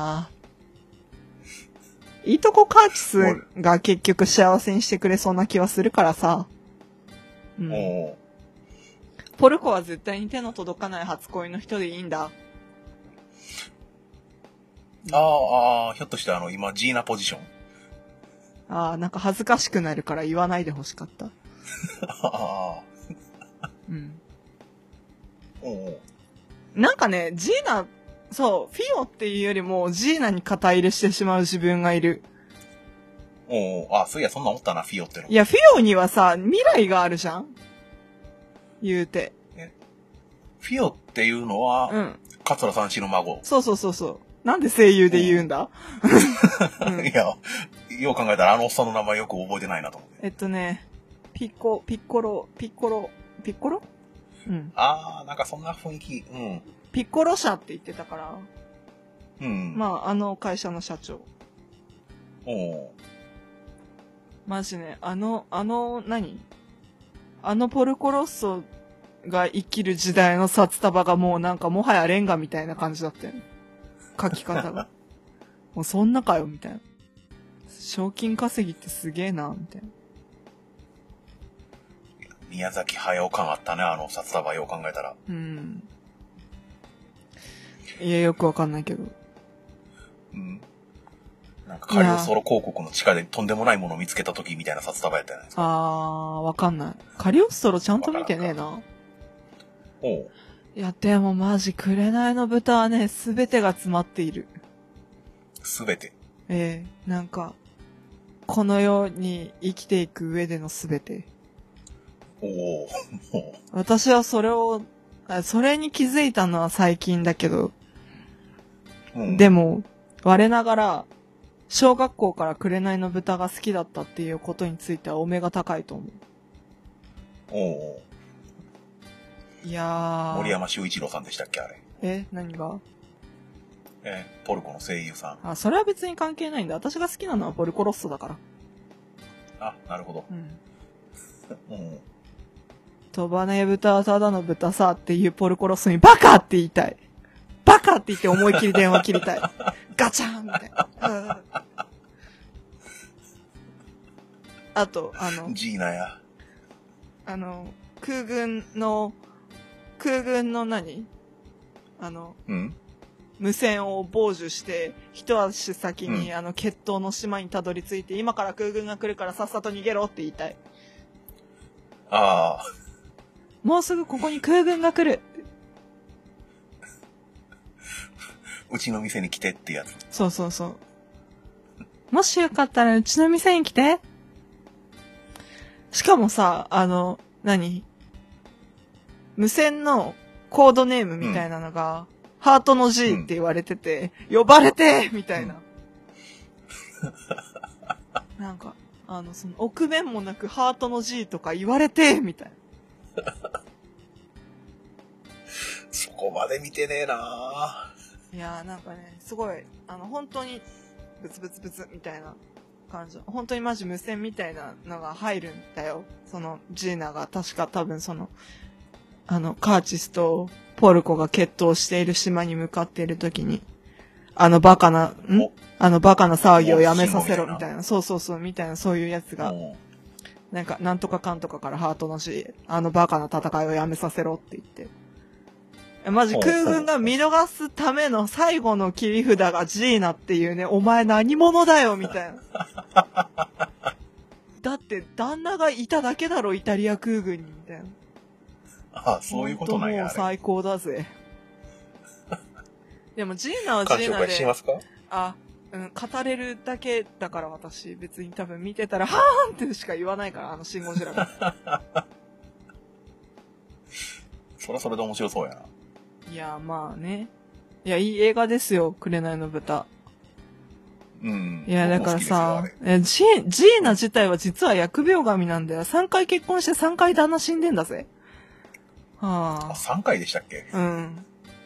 ないいとこカーチスが結局幸せにしてくれそうな気はするからさ。ポルコは絶対に手の届かない初恋の人でいいんだ。 ひょっとして今、ジーナポジション？ なんか恥ずかしくなるから言わないでほしかった。なんかね、ジーナ、そう、フィオっていうよりも、ジーナに肩入れしてしまう自分がいる。 そういや、そんな思ったな、フィオっての。 いや、フィオにはさ、未来があるじゃん？言うて。 フィオっていうのは、桂三枝の孫。 そう。なんで声優で言うんだ？ いや、よう考えたらあのおっさんの名前よく覚えてないなと思って。 ピッコロなんかそんな雰囲気。 ピッコロ社って言ってたから。会社の社長。マジね、ポルコロッソが生きる時代の札束がもうなんかもはやレンガみたいな感じだったよね。書き方が。もうそんなかよ、みたいな。賞金稼ぎってすげえな、みたいな。 宮崎駿感あったね、札束よう考えたら。 いや、よくわかんないけど。 なんかカリオストロ広告の地下でとんでもないものを見つけた時みたいな札束やったじゃないですか。 わかんない。カリオストロちゃんと見てねえな。いや、でもマジ、紅の豚はね、すべてが詰まっている。 すべて？ なんか、この世に生きていく上でのすべて。私はそれに気づいたのは最近だけど、でも、我ながら、小学校から紅の豚が好きだったっていうことについてはお目が高いと思う。いやー。 森山修一郎さんでしたっけ、あれ。 何が？ ポルコの声優さん。 それは別に関係ないんだ。私が好きなのはポルコロッソだから。 なるほど。 飛ばねえ豚はただの豚さっていうポルコロッソにバカって言いたい。バカって言って思いっきり電話切りたい。ガチャンみたいな。あと、 ジーナや。 空軍の何？無線を傍受して、一足先に決闘の島にたどり着いて、今から空軍が来るからさっさと逃げろって言いたい。もうすぐここに空軍が来る。 うちの店に来てってやつ。 そう。もしよかったらうちの店に来て。しかもさ、無線のコードネームみたいなのが、ハートの G って言われてて、呼ばれてみたいな。なんか、その臆面もなくハートの G とか言われてみたいな。 そこまで見てねえないやーなんかね、すごい、本当に、ブツブツブツみたいな感じ。本当にマジ無線みたいなのが入るんだよ。その、ジーナが確か多分その、カーチスとポルコが決闘している島に向かっている時に、バカな騒ぎをやめさせろみたいな。そうみたいなそういうやつが、なんか、なんとかかんとかからハートの G、バカな戦いをやめさせろって言って。マジ空軍が見逃すための最後の切り札がジーナっていうね、お前何者だよみたいな。だって旦那がいただけだろ、イタリア空軍にみたいな。 あ、そういうことなんや。 もう最高だぜ。でもジーナはジーナで。 紹介しますか？ 語れるだけだから私、別に多分見てたら、はーんってしか言わないから、シンゴジラが。 そりゃそれで面白そうやな。 いや、まあね。いや、いい映画ですよ、紅の豚。 うん。 いや、だからさ、ジーナ自体は実は疫病神なんだよ。3回結婚して3回旦那死んでんだぜ。はあ。 3回でしたっけ？ うん。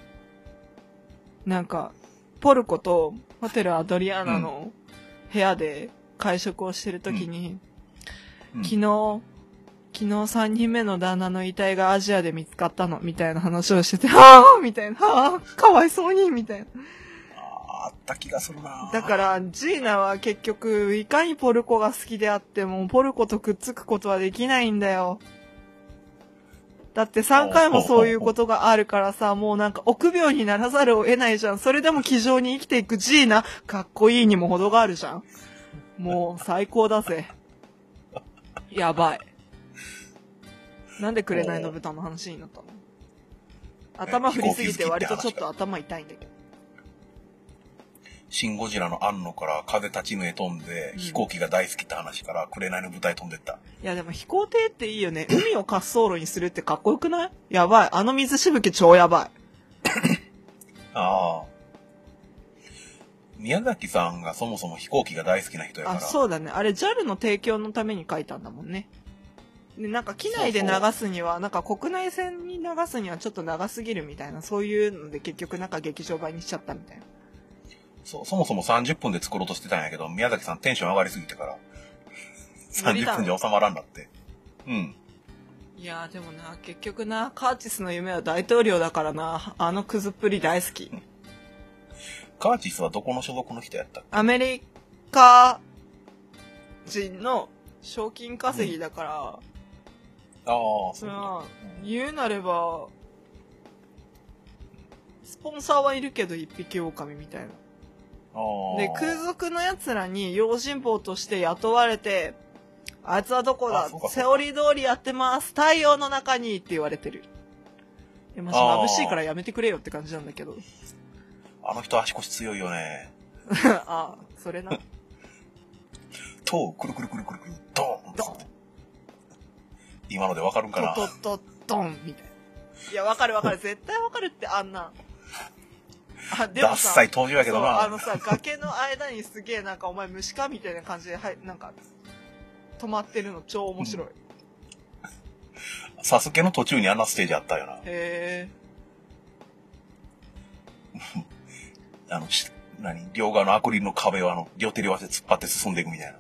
なんか、ポルコとホテルアドリアーナの部屋で会食をしてるときに、昨日3人目の旦那の遺体がアジアで見つかったの、みたいな話をしてて、はぁみたいな、はぁかわいそうにみたいな。 あった気がするな。 だから、ジーナは結局、いかにポルコが好きであっても、ポルコとくっつくことはできないんだよ。だって3回もそういうことがあるからさ、もうなんか臆病にならざるを得ないじゃん。それでも気丈に生きていくジーナ、かっこいいにも程があるじゃん。もう最高だぜ。やばい。なんで紅の豚の話になったの？頭振りすぎて割とちょっと頭痛いんだけど。 シンゴジラの庵野から風立ちぬへ飛んで、飛行機が大好きって話から紅の豚へ飛んでった。 いやでも飛行艇っていいよね。海を滑走路にするってかっこよくない？やばい。あの水しぶき超やばい。 ああ。宮崎さんがそもそも飛行機が大好きな人やから。 そうだね。あれ JAL の提供のために書いたんだもんね。で、なんか機内で流すには、なんか国内線に流すにはちょっと長すぎるみたいな、そういうので結局なんか劇場版にしちゃったみたいな。 そう、そもそも30分で作ろうとしてたんやけど、宮崎さんテンション上がりすぎてから、30分じゃ収まらんなって。うん。 いやーでもな、結局な、カーチスの夢は大統領だからな、あのクズっぷり大好き。 カーチスはどこの所属の人やったっけ？ アメリカ人の賞金稼ぎだから、ああ、それは、言うなれば、スポンサーはいるけど一匹狼みたいな。で、空賊の奴らに用心棒として雇われて、あいつはどこだ？セオリー通りやってます。太陽の中にって言われてる。いや、マジ眩しいからやめてくれよって感じなんだけど。 あの人足腰強いよね。 ああ、それな。 と、くるくるくるくるくる、ドーンドン。今のでわかるんかな？ ドンみたいな。いや、わかるわかる。絶対わかるってあんな。でもさ、 ダッサい登場やけどな。 崖の間にすげえなんかお前虫かみたいな感じで、なんか、止まってるの超面白い。 サスケの途中にあんなステージあったよな。 へー。両側のアクリルの壁を両手両足で突っ張って進んでいくみたいな。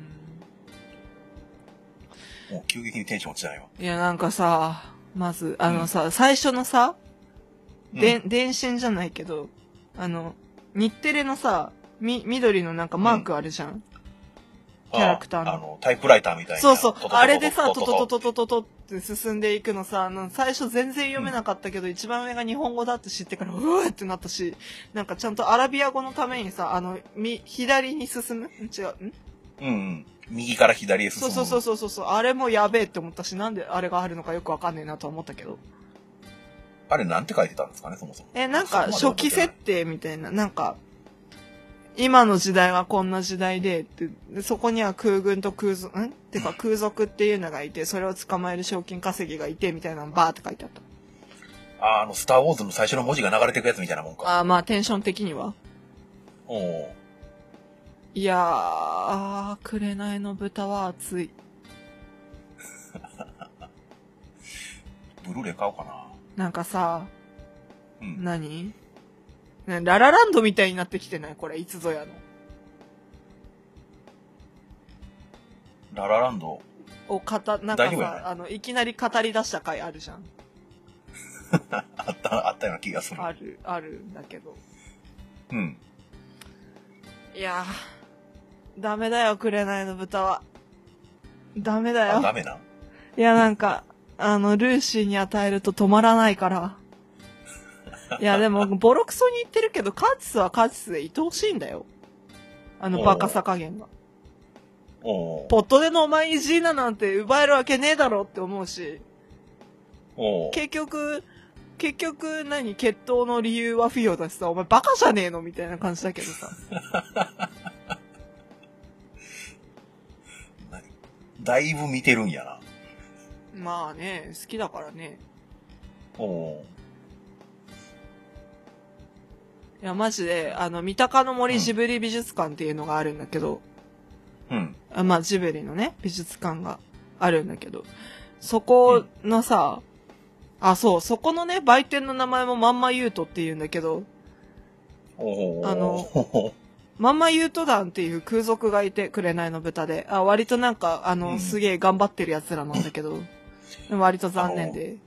もう急激にテンション落ちないわ。 いや、なんかさ、まず、最初のさ、電信じゃないけど、日テレのさ、緑のなんかマークあるじゃん。キャラクターの。 タイプライターみたいな。 そうそう。あれでさ、トトトトトトって進んでいくのさ、最初全然読めなかったけど、一番上が日本語だって知ってから、うわーってなったし、なんかちゃんとアラビア語のためにさ、左に進む？違う。 うん。右から左へ進む。 そう。あれもやべえって思ったし、なんであれがあるのかよくわかんねえなとは思ったけど。 あれなんて書いてたんですかね、そもそも。 なんか初期設定みたいな、なんか、今の時代はこんな時代で、そこには空軍と空賊っていうのがいて、それを捕まえる賞金稼ぎがいて、みたいなのバーって書いてあった。 スターウォーズの最初の文字が流れてくやつみたいなもんか。 まあテンション的には。いやー、紅の豚は熱い。 ブルーレイ買おうかな。 なんかさ、何？ララランドみたいになってきてない？これ、いつぞやの。 ララランドなんかさ、いきなり語り出した回あるじゃん。 あったような気がする。 あるんだけど。 うん。 いやー、ダメだよ、紅の豚は。ダメだよ。 ダメな。 いや、なんか、ルーシーに与えると止まらないから。いや、でも、ボロクソに言ってるけど、カーチスはカーチスで愛おしいんだよ。バカさ加減が。ポットでのお前にジーナなんて奪えるわけねえだろって思うし。 結局何決闘の理由はフィオだしさ、お前バカじゃねえのみたいな感じだけどさ。 だいぶ見てるんやな。 まあね、好きだからね。いや、マジで、三鷹の森ジブリ美術館っていうのがあるんだけど、まあ、ジブリのね、美術館があるんだけど、そこのさ、そこのね、売店の名前もまんまユートって言うんだけど、まんまユート団っていう空賊がいて、紅の豚で、割となんか、すげえ頑張ってる奴らなんだけど、割と残念で。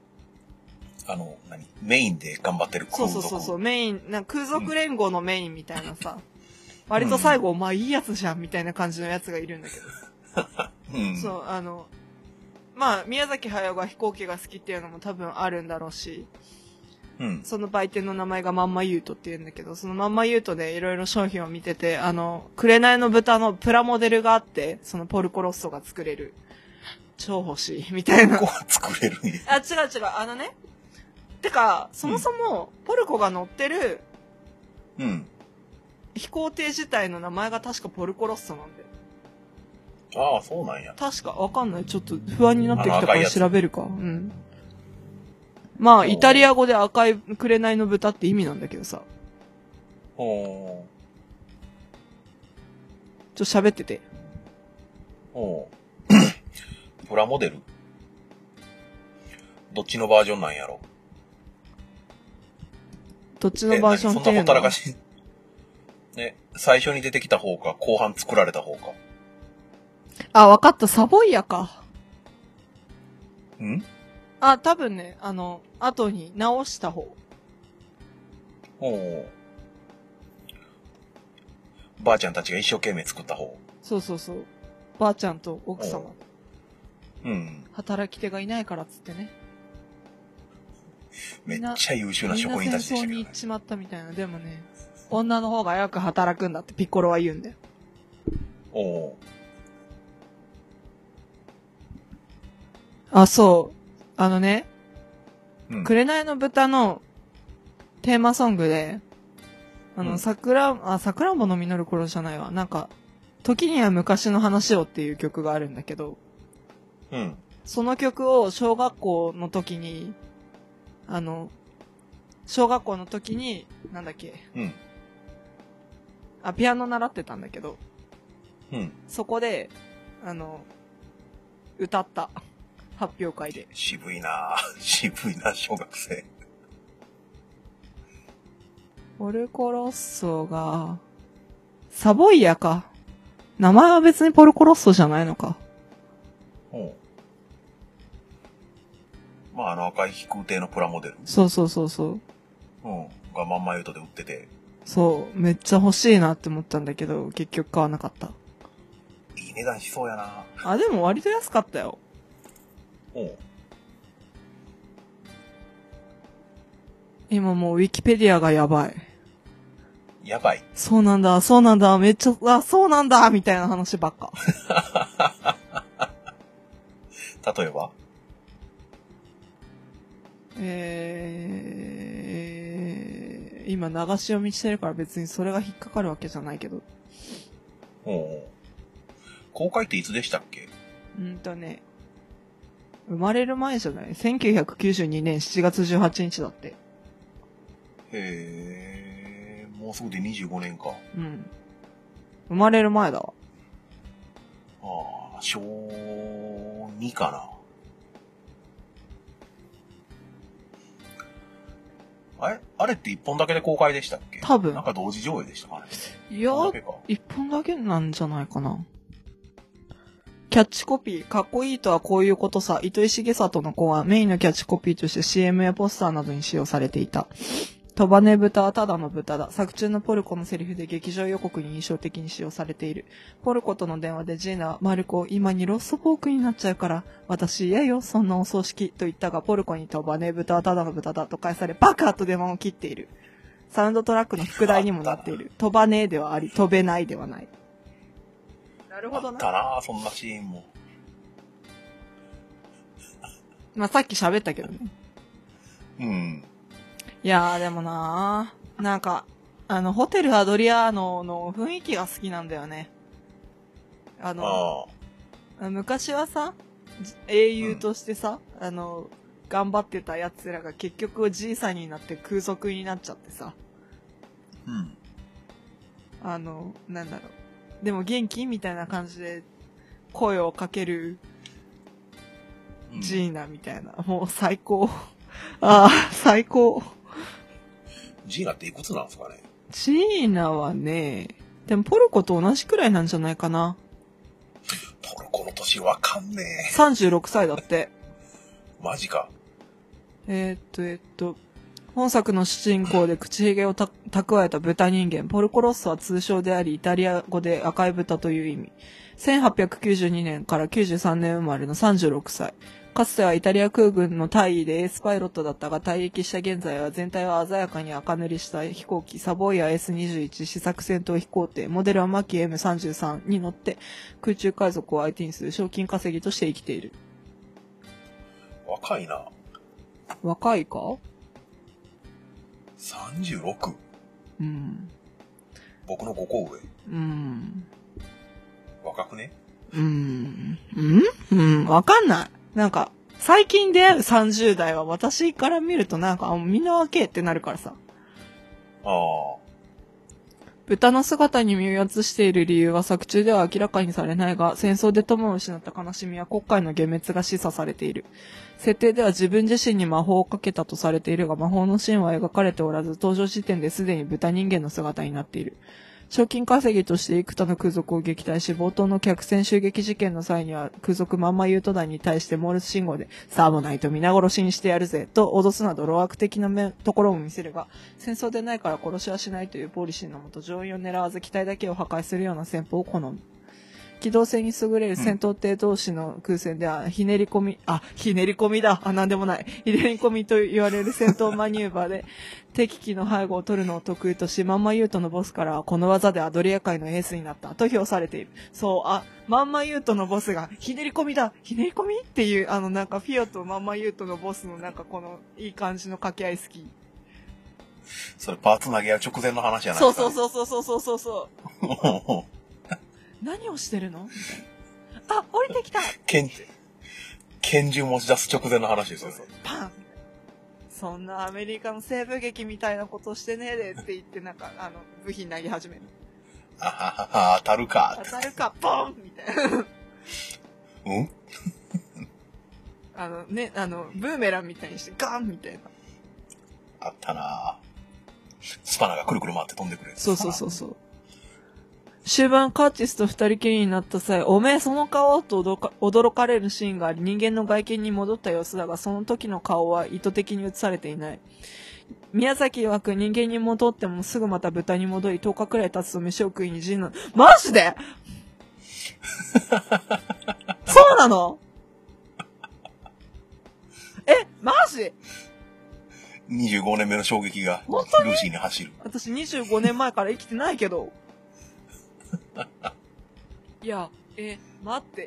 メインで頑張ってる空賊。 そう、メイン、空賊連合のメインみたいなさ、割と最後、まあいいやつじゃんみたいな感じのやつがいるんだけど。そう、まあ、宮崎駿が飛行機が好きっていうのも多分あるんだろうし、その売店の名前がまんまユートって言うんだけど、そのまんまユートでいろいろ商品を見てて、紅の豚のプラモデルがあって、そのポルコロッソが作れる。超欲しい、みたいな。 作れるんや。 違う、てか、そもそも、ポルコが乗ってる、飛行艇自体の名前が確かポルコロッソなんだよ。 そうなんや。 確か、わかんない。ちょっと不安になってきたから調べるか。まあ、イタリア語で赤い紅の豚って意味なんだけどさ。ちょっと喋ってて。 プラモデルどっちのバージョンなんやろ？ どっちのバージョンっていうの？ そんなほったらかし。ね、最初に出てきた方か、後半作られた方か。 わかった。サボイヤか。多分ね、後に直した方。 ばあちゃんたちが一生懸命作った方。 そう。ばあちゃんと奥様。働き手がいないからっつってね。 めっちゃ優秀な職人たちでしたけどね。みんな戦争に行っちまったみたいな。でもね、女の方がよく働くんだってピッコロは言うんだよ。そう。紅の豚のテーマソングで、さくらんぼの実る頃じゃないわ。なんか、時には昔の話をっていう曲があるんだけど、その曲を小学校の時に、なんだっけ、ピアノ習ってたんだけど、そこで、歌った。発表会で。 渋いな小学生。 ポルコロッソが、サボイヤか。名前は別にポルコロッソじゃないのか。 まあ、赤い飛空艇のプラモデル。 そう。 がまんまユートで売ってて。 そう、めっちゃ欲しいなって思ったんだけど、結局買わなかった。 いい値段しそうやな。 でも割と安かったよ。今もうウィキペディアがやばい。 やばい。 そうなんだ、めっちゃ、そうなんだ、みたいな話ばっか。 例えば今流し読みしてるから別にそれが引っかかるわけじゃないけど。 公開っていつでしたっけ？ 生まれる前じゃない ?1992 年7月18日だって。 もうすぐで25年か。 生まれる前だわ。 小2かな。あれって1本だけで公開でしたっけ？ 多分。 なんか同時上映でしたかね。 いや、1本だけなんじゃないかな。キャッチコピー、かっこいいとはこういうことさ、糸井重里の子はメインのキャッチコピーとして CM やポスターなどに使用されていた。飛ばね豚はただの豚だ。作中のポルコのセリフで劇場予告に印象的に使用されている。ポルコとの電話でジーナはマルコ、今にロストポークになっちゃうから、私嫌よ、そんなお葬式と言ったが、ポルコに飛ばね豚はただの豚だと返され、バカと電話を切っている。サウンドトラックの副題にもなっている。飛ばねえではあり、飛べないではない。なるほどな。 あったな、そんなシーンも。 まあさっき喋ったけどね。 うん。 いやーでもなー、なんか、ホテルアドリアーノの雰囲気が好きなんだよね。昔はさ、英雄としてさ、頑張ってた奴らが結局じいさんになって空賊になっちゃってさ。 うん。 なんだろう。でも元気みたいな感じで声をかけるジーナみたいな。もう最高。ああ、最高。 ジーナっていくつなんですかね？ ジーナはね、でもポルコと同じくらいなんじゃないかな。 ポルコの年わかんねえ。 36歳だって。 マジか。 本作の主人公で口ひげを蓄えた豚人間、ポルコロッソは通称であり、イタリア語で赤い豚という意味。1892年から93年生まれの36歳。かつてはイタリア空軍の大尉でエースパイロットだったが退役した現在は全体を鮮やかに赤塗りした飛行機サボイヤ S21 試作戦闘飛行艇モデルはマキ M33 に乗って空中海賊を相手にする賞金稼ぎとして生きている。 若いな。 若いか？ 36？ うん。 僕の5個上。 うん。 若くね？ わかんない。なんか、最近出会う30代は私から見るとなんか、みんな若えってなるからさ。 ああ。 豚の姿に身をやつしている理由は作中では明らかにされないが、戦争で友を失った悲しみや国家の幻滅が示唆されている。設定では自分自身に魔法をかけたとされているが、魔法のシーンは描かれておらず、登場時点ですでに豚人間の姿になっている。賞金稼ぎとして幾多の空賊を撃退し、冒頭の客船襲撃事件の際には空賊マンマユート団に対してモールス信号で、さあもないと皆殺しにしてやるぜ、と脅すなど路悪的なところも見せるが、戦争でないから殺しはしないというポリシーのもと、乗員を狙わず機体だけを破壊するような戦法を好む。機動性に優れる戦闘艇同士の空戦では、ひねり込みだ。なんでもない。ひねり込みと言われる戦闘マニューバーで、敵機の背後を取るのを得意とし、マンマユートのボスからは、この技でアドリア界のエースになった、と評されている。そう、マンマユートのボスが、ひねり込みだひねり込みっていう、なんか、フィオとマンマユートのボスのなんか、この、いい感じの掛け合い好き。 それ、パーツ投げ合う直前の話じゃないですか、ね。 そう。何をしてるのみたいな。降りてきた拳銃持ち出す直前の話ですよね。そうパンそんなアメリカの西部劇みたいなことしてねえでって言って、なんか、部品投げ始める。 あははは、当たるか。 ポンみたいな。 うんブーメランみたいにしてガンみたいな。 あったなぁ。スパナがくるくる回って飛んでくる。 そう。終盤カーチスと二人きりになった際、おめえその顔と驚かれるシーンがあり、人間の外見に戻った様子だが、その時の顔は意図的に映されていない。宮崎曰く人間に戻ってもすぐまた豚に戻り、10日くらい経つと飯を食いに陣の、マジでそうなのマジ 25年目の衝撃がルーシーに走る。 私25年前から生きてないけど。いや、待って、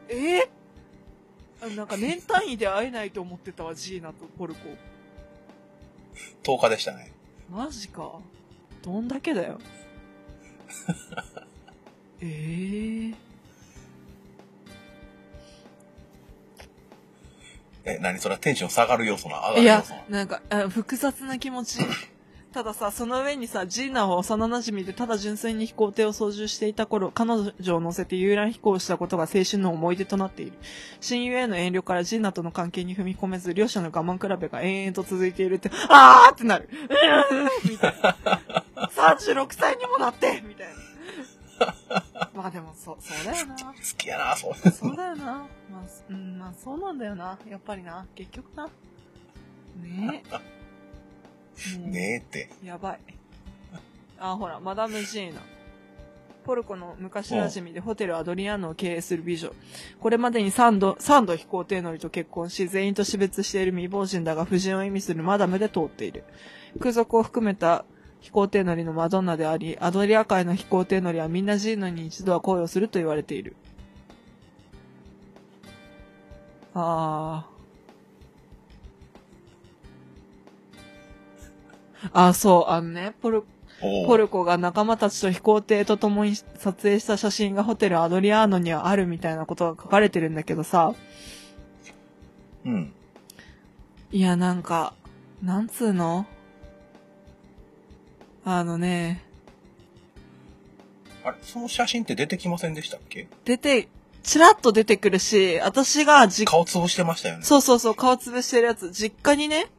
なんか年単位で会えないと思ってたわ、ジーナとポルコ。 10日でしたね。 マジか。どんだけだよ。 何それはテンション下がる要素な上がる要素な。 いや、なんか、複雑な気持ち。たださ、その上にさ、ジーナは幼馴染でただ純粋に飛行艇を操縦していた頃、彼女を乗せて遊覧飛行したことが青春の思い出となっている。親友への遠慮からジーナとの関係に踏み込めず、両者の我慢比べが延々と続いているって、あーってなる。みたいな。36歳にもなってみたいな。まあでも、そうだよな。 好きやな、 そうだよな。まあそうなんだよな。やっぱりな。結局な。ねえ。 ねえって。 やばい。ほら、マダム・ジーナ。ポルコの昔馴染みでホテルアドリアーノを経営する美女。これまでに3度飛行艇乗りと結婚し、全員と死別している未亡人だが、夫人を意味するマダムで通っている。空賊を含めた飛行艇乗りのマドンナであり、アドリア海の飛行艇乗りはみんなジーナに一度は恋をすると言われている。 そう、ポルコが仲間たちと飛行艇と共に撮影した写真がホテルアドリアーノにはあるみたいなことが書かれてるんだけどさ。 うん。 いや、なんつうの？ その写真って出てきませんでしたっけ？ チラッと出てくるし、私が顔つぶしてましたよね。 そう、顔つぶしてるやつ。実家にね、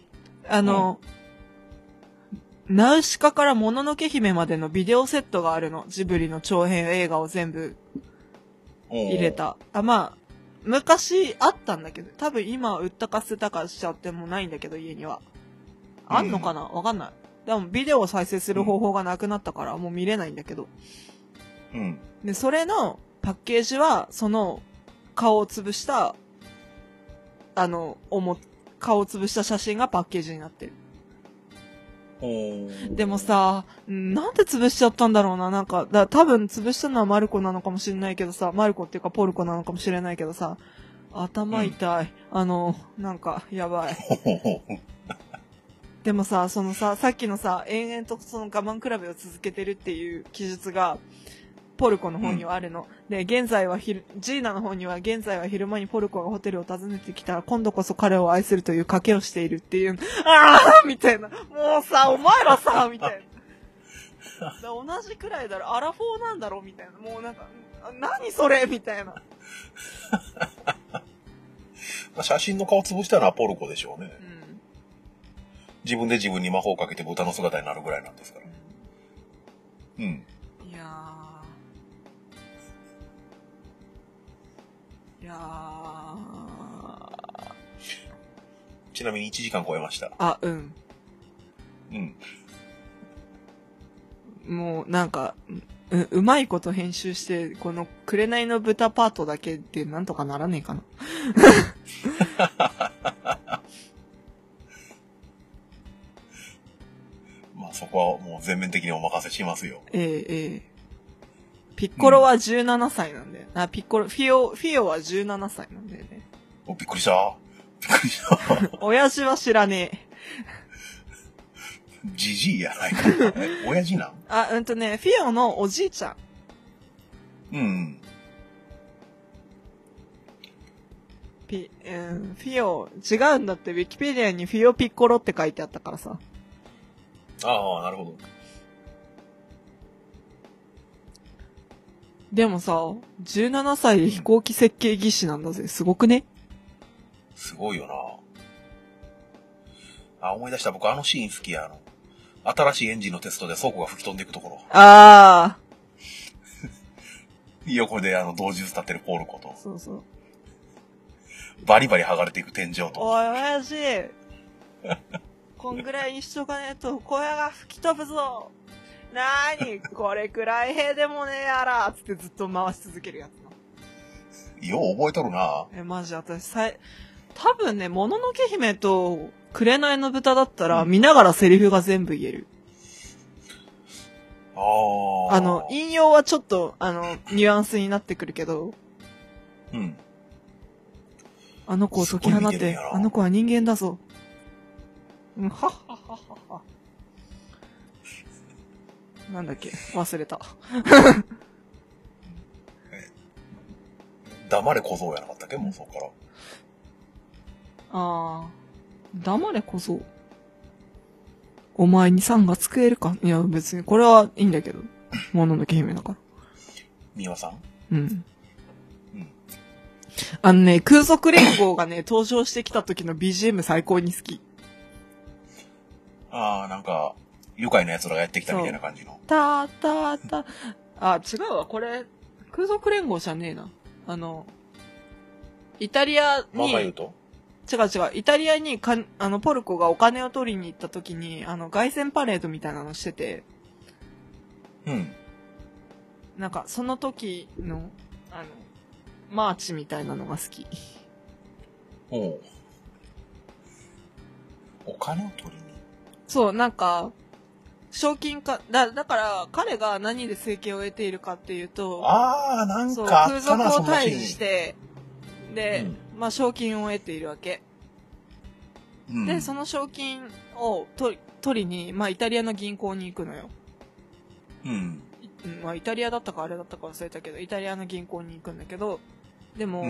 ナウシカからもののけ姫までのビデオセットがあるの。ジブリの長編映画を全部入れた。昔あったんだけど、多分今売ったか捨てたかしちゃってもないんだけど、家には。あんのかな？わかんない。でもビデオを再生する方法がなくなったからもう見れないんだけど。 うん。 で、それのパッケージは、その顔を潰した、顔を潰した写真がパッケージになってる。でもさ、なんで潰しちゃったんだろうな。多分潰したのはマルコなのかもしれないけどさ、マルコっていうかポルコなのかもしれないけどさ、頭痛い。やばい。でもさ、さっきのさ、延々とその我慢比べを続けてるっていう記述が、ポルコの方にはあるの。で、ジーナの方には、現在は昼間にポルコがホテルを訪ねてきたら、今度こそ彼を愛するという賭けをしているっていう、みたいな。もうさ、お前らさ、みたいな。同じくらいだろ、アラフォーなんだろ、みたいな。もう何それみたいな。 写真の顔潰したのはポルコでしょうね。 うん、 自分で自分に魔法をかけて豚の姿になるぐらいなんですから。うん。 いやちなみに1時間超えました。 うん。 うん。 もううまいこと編集して、この紅の豚パートだけでなんとかならねえかな。 そこはもう全面的にお任せしますよ。 ピッコロは17歳なんだよ。フィオは17歳なんだよね。 びっくりした。 親父は知らねえ。 ジジイやないか。親父なん？ フィオのおじいちゃん。 うん。 フィオ、違うんだって、ウィキペディアにフィオピッコロって書いてあったからさ。 ああ、なるほど。 でもさ、17歳で飛行機設計技師なんだぜ。すごくね？ すごいよな。思い出した。僕あのシーン好きや。新しいエンジンのテストで倉庫が吹き飛んでいくところ。横で同時立ってるポールコと。 そうそう。 バリバリ剥がれていく天井と。 おい、親父。こんぐらいにしとかねえと小屋が吹き飛ぶぞ。なーにこれくらい兵でもねえやらつってずっと回し続けるやつな。よう覚えとるな。 マジ私多分ね、もののけ姫と紅の豚だったら見ながらセリフが全部言える。引用はちょっとニュアンスになってくるけど。 うん。 あの子を解き放って、あの子は人間だぞ。はっはっはっは。なんだっけ忘れた。 黙れ小僧やなかったっけもうそっから。 黙れ小僧。お前に3が救えるか？いや別にこれはいいんだけど。もののけ姫だから。 美輪さん？ うん。空賊連合がね、登場してきた時の BGM 最高に好き。 愉快な奴らがやってきたみたいな感じの。 違うわ、これ、空賊連合じゃねえな。イタリアに、違う、イタリアにポルコがお金を取りに行った時に、凱旋パレードみたいなのしてて、 うん。 その時の、マーチみたいなのが好き。 お金を取りに？ そう、賞金か、だから彼が何で生計を得ているかっていうと、空賊を退治して、で、賞金を得ているわけ。 で、その賞金を取りに、まあ、イタリアの銀行に行くのよ。まあ、イタリアだったかあれだったか忘れたけど、イタリアの銀行に行くんだけど、でも、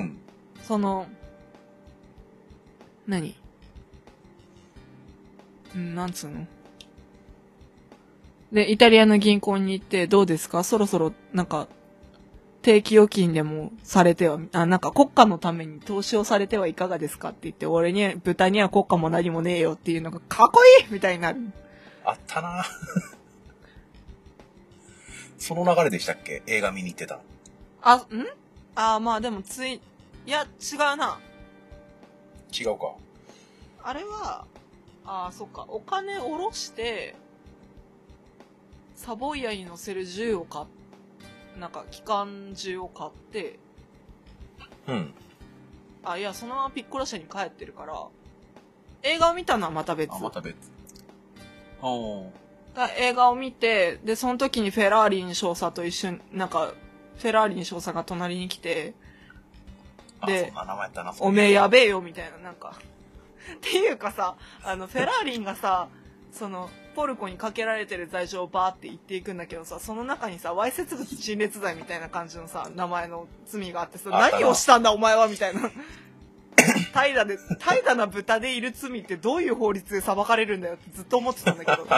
なんつうの？で、イタリアの銀行に行って、どうですか？そろそろ、定期預金でもされては、国家のために投資をされてはいかがですかって言って、豚には国家も何もねえよっていうのが、かっこいいみたいになる。 あったなその流れでしたっけ？映画見に行ってたの。まあでもいや、違うな。 違うか。 あれは、そっか、お金下ろして、サボイヤに乗せる銃を機関銃を買って、いや、そのままピッコロ社に帰ってるから、映画を見たのはまた別。 また別。 映画を見て、で、その時にフェラーリン少佐と一緒に、フェラーリン少佐が隣に来て、で、おめえやべえよ、みたいな、っていうかさ、フェラーリンがさ、ポルコにかけられてる罪状をバーって言っていくんだけどさ、その中にさ、わいせつ物陳列罪みたいな感じのさ、名前の罪があってさ、何をしたんだお前はみたいな。怠惰な豚でいる罪ってどういう法律で裁かれるんだよってずっと思ってたんだけど。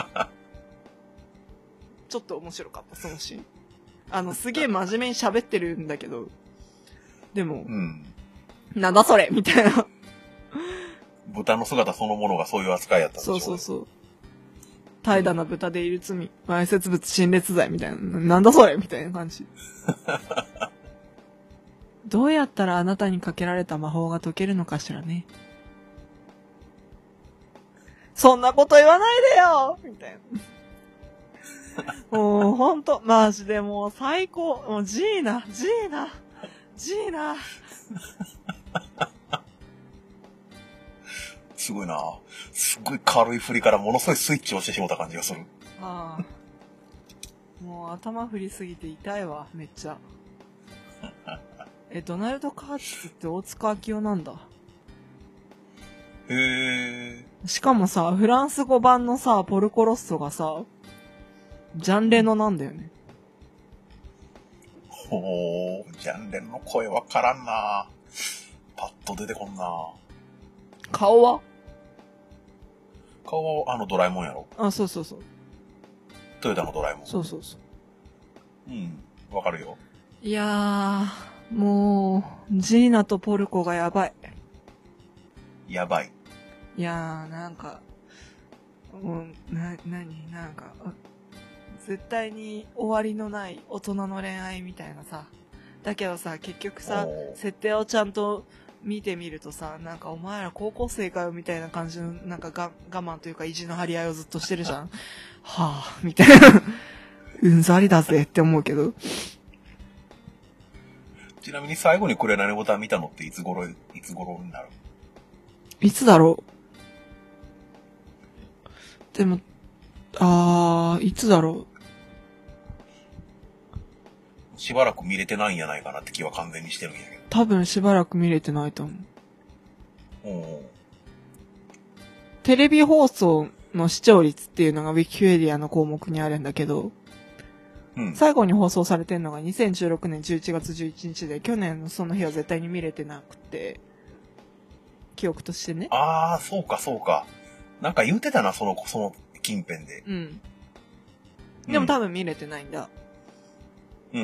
ちょっと面白かった、そのシーン。すげえ真面目に喋ってるんだけど、でも、なんだそれみたいな。 豚の姿そのものがそういう扱いやったんでしょ。 そう。怠惰な豚でいる罪、わいせつ物陳列罪みたいな。なんだそれみたいな感じ。どうやったらあなたにかけられた魔法が解けるのかしらね。そんなこと言わないでよみたいな。もうほんと、マジでもう最高。もうジーナ。 すごいな。すごい軽い振りからものすごいスイッチを押してしまった感じがする。 もう頭振りすぎて痛いわ、めっちゃ。ドナルド・カーツって大塚明夫なんだ。 へー。 しかもさ、フランス語版のさ、ポルコロッソがさ、ジャンレノなんだよね。 ジャンレノの声わからんな。パッと出てこんな。 顔はドラえもんやろ。 そう。 トヨタのドラえもん。 そう。 わかるよ。 いやー、もう、ジーナとポルコがやばい。 やばい。 いやー、絶対に終わりのない大人の恋愛みたいなさ。だけどさ、結局さ、設定をちゃんと見てみるとさ、お前ら高校生かよみたいな感じの、我慢というか意地の張り合いをずっとしてるじゃん。はぁ、みたいな。うんざりだぜって思うけど。 ちなみに最後に紅のボタン見たのっていつ頃になる？ いつだろう。でも、いつだろう。しばらく見れてないんやないかなって気は完全にしてるんやけど。 多分しばらく見れてないと思う。テレビ放送の視聴率っていうのがウィキペディアの項目にあるんだけど、最後に放送されてるのが2016年11月11日で、去年のその日は絶対に見れてなくて、記憶としてね。 そうか。言うてたな、その近辺で。 でも多分見れてないんだ。 うん。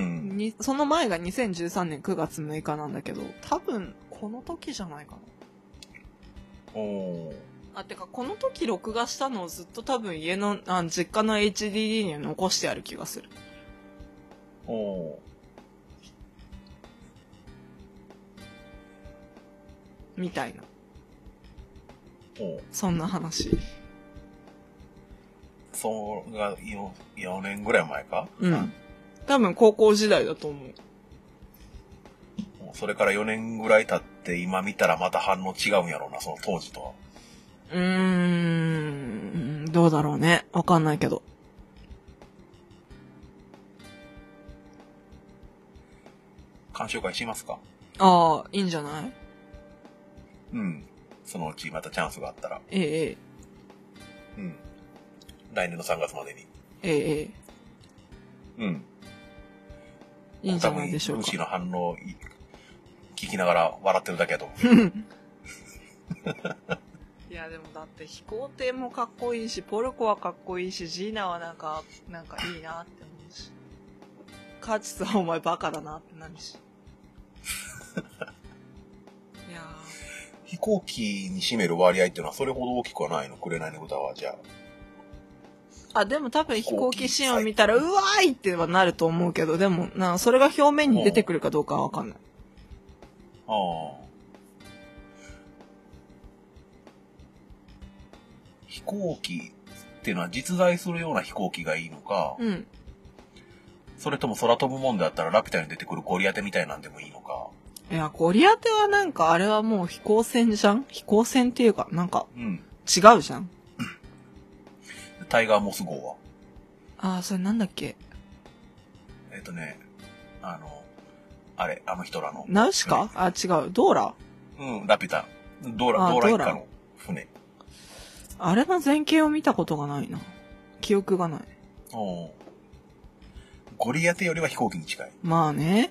その前が2013年9月6日なんだけど、多分この時じゃないかな。てかこの時録画したのをずっと多分家の、実家の HDD に残してある気がする。みたいな。そんな話。 それが4年ぐらい前か？ 多分高校時代だと思う。 それから4年ぐらい経って今見たらまた反応違うんやろうな、その当時とは。 どうだろうね。わかんないけど。 鑑賞会しますか？ いいんじゃない？ そのうちまたチャンスがあったら。 ええ。 うん。来年の3月までに。 ええ。 うん。 いいんじゃないでしょうか。 ルーシーの反応聞きながら笑ってるだけだと思う。 いやでもだって飛行艇もかっこいいし、ポルコはかっこいいし、ジーナはなんかいいなって思うし。カーチスはお前バカだなってなるし。いや飛行機に占める割合っていうのはそれほど大きくはないの？紅の豚はじゃあ。あ、でも多分飛行機シーンを見たら、うわーいってはなると思うけど、でもそれが表面に出てくるかどうかはわかんない。 ああ。飛行機っていうのは実在するような飛行機がいいのか、 うん。 それとも空飛ぶもんであったらラピュタに出てくるゴリアテみたいなんでもいいのか。 いや、ゴリアテはなんかあれはもう飛行船じゃん？飛行船っていうか、なんか、違うじゃん。 タイガーモス号は。 ああ、それなんだっけ？ あの人らの。 ナウシカ？あ、違う。ドーラ？ うん、ラピュタ。ドーラ一家の船。 あれの前景を見たことがないな。記憶がない。 ゴリアテよりは飛行機に近い。 まあね。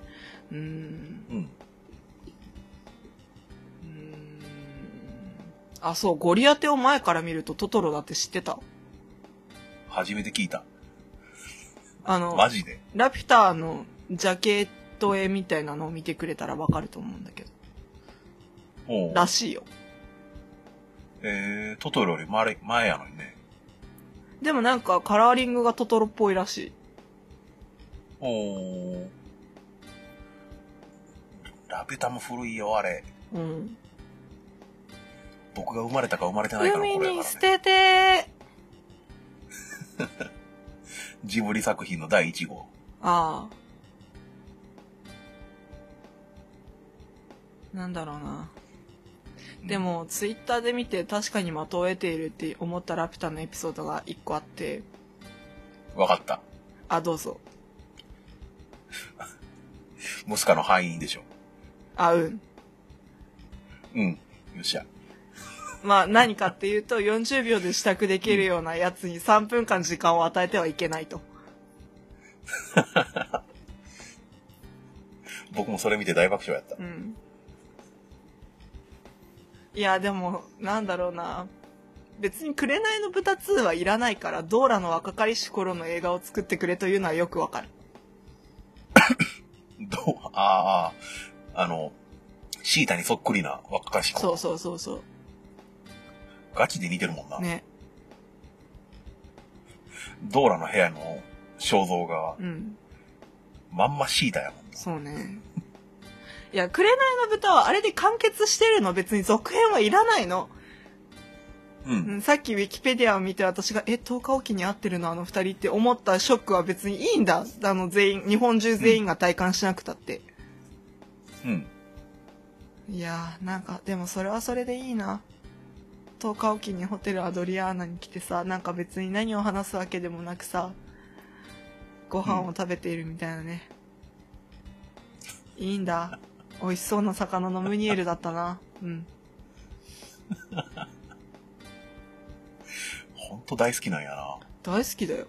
あ、そう、ゴリアテを前から見るとトトロだって知ってた？ 初めて聞いた。マジで？ ラピュタのジャケット絵みたいなのを見てくれたらわかると思うんだけど。らしいよ。 トトロより前やのにね。 でもなんかカラーリングがトトロっぽいらしい。 ラピュタも古いよ、あれ。 うん。 僕が生まれたか生まれてないかの頃やからね。 海に捨ててジブリ作品の第1号。 ああ。なんだろうな。でも、ツイッターで見て確かに的を得ているって思ったラピュタのエピソードが1個あって。 わかった。 あ、どうぞ。 ムスカの敗因でしょ。 あ、うん。 うん。よっしゃ。 まあ何かっていうと40秒で支度できるようなやつに3分間時間を与えてはいけないと。 僕もそれ見て大爆笑やった。 うん。いやでもなんだろうな。別に紅の豚2はいらないからドーラの若かりし頃の映画を作ってくれというのはよくわかる。 シータにそっくりな若かりし頃。 そう。 ガチで似てるもんな。 ね。 ドーラの部屋の肖像が、まんまシータやもんな。 そうね。いや、紅の豚はあれで完結してるの。別に続編はいらないの。さっきウィキペディアを見て私が、10日おきに会ってるのあの二人って思ったショックは別にいいんだ。日本中全員が体感しなくたって。いやー、なんか、でもそれはそれでいいな。10日おきにホテルアドリアーナに来てさ、なんか別に何を話すわけでもなくさ、ご飯を食べているみたいなね。いいんだ。美味しそうな魚のムニエルだったな。 ほんと大好きなんやな。 大好きだよ。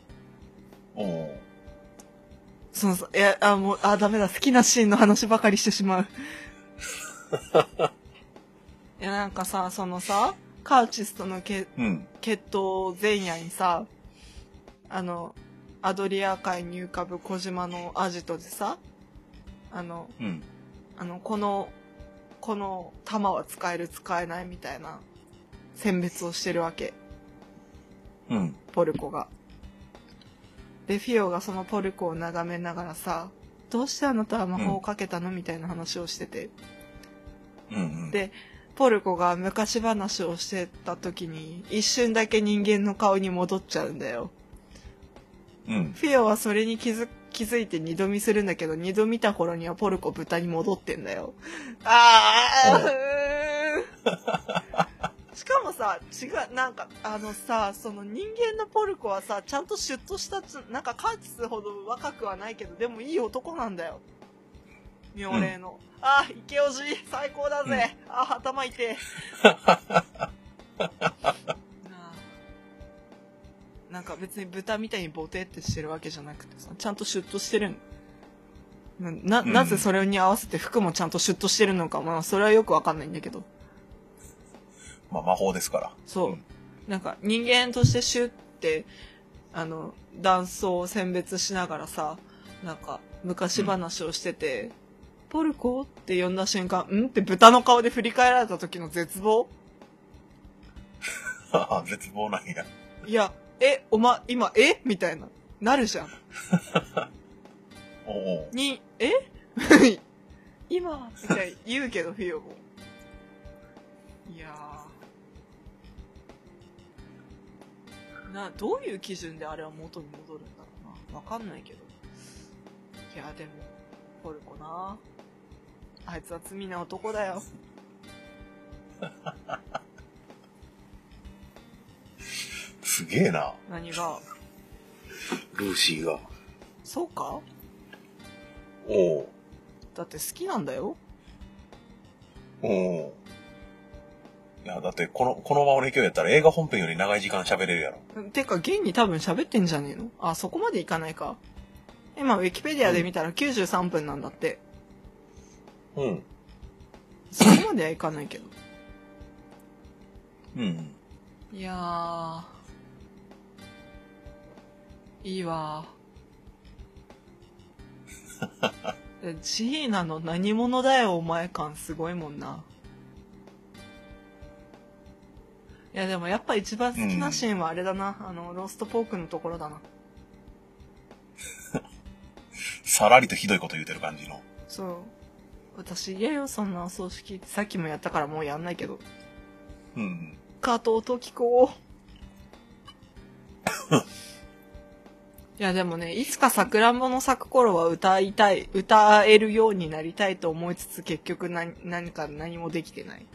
ダメだ。好きなシーンの話ばかりしてしまう。いや、なんかさ、カーチスとの決闘前夜にさ、アドリア海に浮かぶ小島のアジトでさ、この弾は使える使えないみたいな選別をしてるわけ。ポルコが。で、フィオがそのポルコを眺めながらさ、どうしてあなたは魔法をかけたのみたいな話をしてて。で、ポルコが昔話をしてた時に一瞬だけ人間の顔に戻っちゃうんだよ。フィオはそれに気づいて二度見するんだけど、二度見た頃にはポルコ豚に戻ってんだよ。しかもさ、なんか、その人間のポルコはさ、ちゃんとシュッとした、なんかカーチスほど若くはないけど、でもいい男なんだよ。 妙齢の。あ、池おじ最高だぜ、あ、頭痛い。なんか別に豚みたいにボテってしてるわけじゃなくてさ、ちゃんとシュッとしてるなぜそれに合わせて服もちゃんとシュッとしてるのか、まあそれはよくわかんないんだけど。 まあ魔法ですから。 そう。なんか人間としてシュッて、断層を選別しながらさ、なんか昔話をしてて、ポルコって呼んだ瞬間、んって豚の顔で振り返られた時の絶望絶望なんや。 いや、今、みたいな。なるじゃん。今みたいに言うけど、フィオも。いやどういう基準であれは元に戻るんだろうな。わかんないけど。いや、でも、ポルコな。あいつは罪な男だよ。 すげえな。 何が？ ルーシーが。 そうか？ おう。 だって好きなんだよ。 おう。いや、だってこのままの勢いやったら映画本編より長い時間喋れるやろ。 てか、現に多分喋ってんじゃねえの？あ、そこまでいかないか。今、ウィキペディアで見たら93分なんだって。 うん。 そこまではいかないけど。 うん。 いやー。いいわ。ジーナの何者だよお前感すごいもんな。いやでもやっぱ一番好きなシーンはあれだな、ローストポークのところだな。 さらりとひどいこと言うてる感じの。 そう。私嫌よそんなお葬式ってさっきもやったからもうやんないけど。 うん。 加藤時子。いやでもね、いつかさくらんぼの咲く頃は歌えるようになりたいと思いつつ結局何もできてない。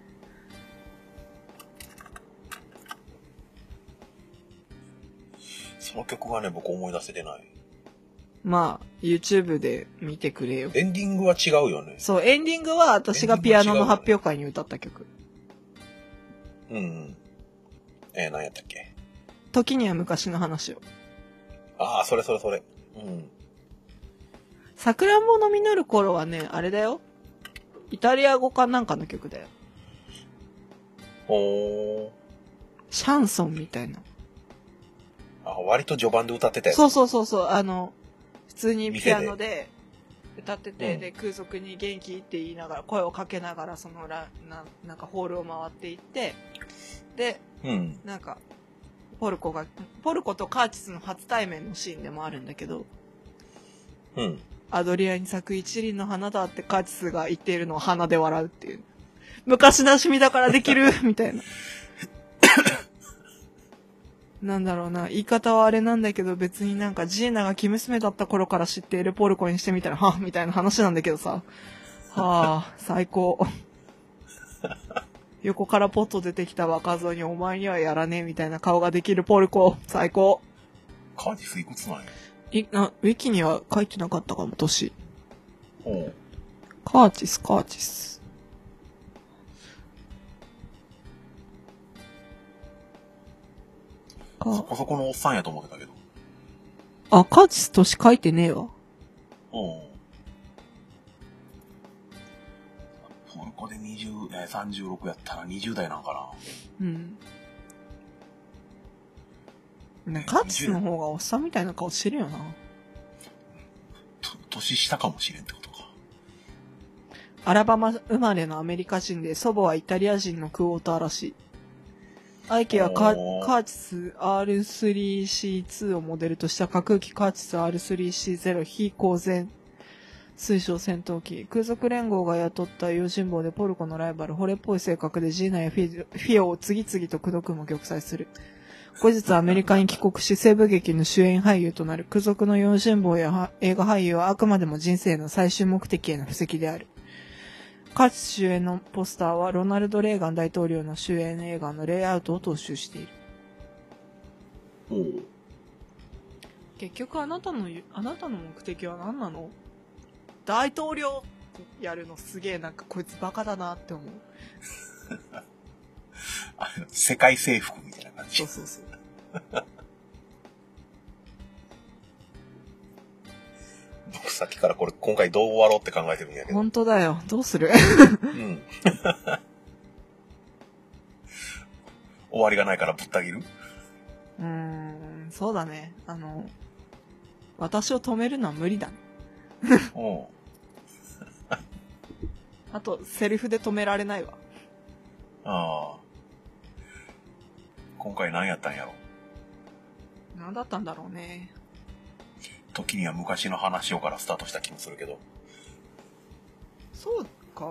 その曲はね、僕思い出せてない。 まあ、YouTube で見てくれよ。 エンディングは違うよね。 そう、エンディングは私がピアノの発表会に歌った曲。 うん。何やったっけ？ 時には昔の話を。 ああ、それ。うん。 さくらんぼの実る頃はね、あれだよ。イタリア語かなんかの曲だよ。 ほー。 シャンソンみたいな。 あ、割と序盤で歌ってたよ。 そう。普通にピアノで歌ってて、で、空賊に元気って言いながら、声をかけながら、なんかホールを回っていって、で、なんか、ポルコとカーチスの初対面のシーンでもあるんだけど、アドリアに咲く一輪の花だってカーチスが言っているのを鼻で笑うっていう。昔なしみだからできるみたいな。なんだろうな、言い方はあれなんだけど別になんかジーナが生娘だった頃から知っているポルコにしてみたら、はぁみたいな話なんだけどさ。はぁ、最高。横からポッと出てきた若造にお前にはやらねえみたいな顔ができるポルコ、最高。 カーティスいくつなんや？ ウィキには書いてなかったかも、年。カーチス。 そこそこのおっさんやと思ってたけど。 あ、カーチス年書いてねえわ。 ポルコで36やったら20代なんかな。ね、カーチスの方がおっさんみたいな顔してるよな。 年下かもしれんってことか。 アラバマ生まれのアメリカ人で祖母はイタリア人のクォーターらしい。アイケはカーチス R3C2 をモデルとした架空機カーチス R3C0 非公然水晶戦闘機。空賊連合が雇った用心棒でポルコのライバル、惚れっぽい性格でジーナやフィオを次々と口説くも玉砕する。後日アメリカに帰国し西部劇の主演俳優となる。空賊の用心棒や映画俳優はあくまでも人生の最終目的への布石である。カーチス主演のポスターはロナルド・レーガン大統領の主演映画のレイアウトを踏襲している。結局あなたの目的は何なの？ 大統領やるのすげえなんかこいつバカだなって思う。 世界征服みたいな感じ。 そうそうそう。 僕さっきからこれ今回どう終わろうって考えてるんやけど。 本当だよ。どうする？ うん。終わりがないからぶった切る？ そうだね。私を止めるのは無理だね。 おう。 あと、セリフで止められないわ。 ああ。今回何やったんやろ？ 何だったんだろうね。 時には昔の話をからスタートした気もするけど。 そうか？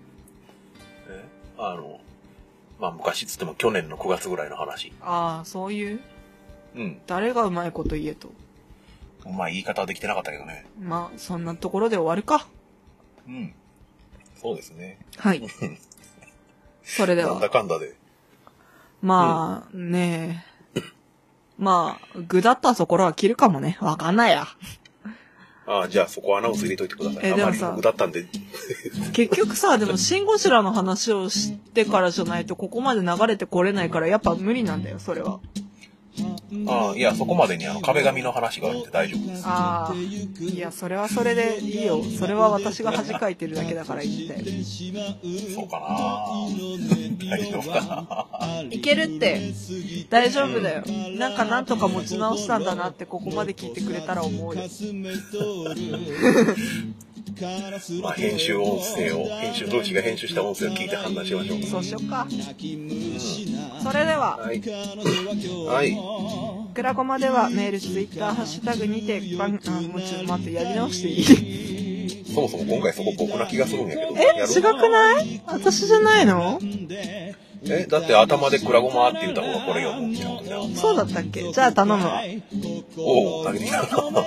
まあ昔っつっても去年の9月ぐらいの話。 ああ、そういう？ うん。 誰がうまいこと言えと。 まあ言い方はできてなかったけどね。 まあ、そんなところで終わるか。 うん。そうですね。 はい。それでは。 なんだかんだで。 まあ、ねえ。まあ、具だったところは切るかもね。わかんないや。 ああ、じゃあそこアナウンス入れといてください。 でもさ、 具だったんで。結局さ、でもシンゴジラの話をしてからじゃないとここまで流れてこれないからやっぱ無理なんだよ、それは。 ああ、いや、そこまでに壁紙の話があるんで大丈夫です。 ああ、いや、それはそれでいいよ。それは私が恥かいてるだけだからいいんだよ。 そうかな。大丈夫かな。 いけるって。大丈夫だよ。なんとか持ち直したんだなってここまで聞いてくれたら思うよ。 まあ編集同士が編集した音声を聞いて判断しましょうか。 そうしよっか。それでは、 はい。 くらごまではメール、ツイッター、ハッシュタグにてもうちょっと待って、やり直していい？ そもそも今回そこ僕な気がするんやけど。 違くない？私じゃないの？ だって頭でくらごまって言った方がこれよ。 そうだったっけ？じゃあ頼むわ。 おお、投げてきたな。はい、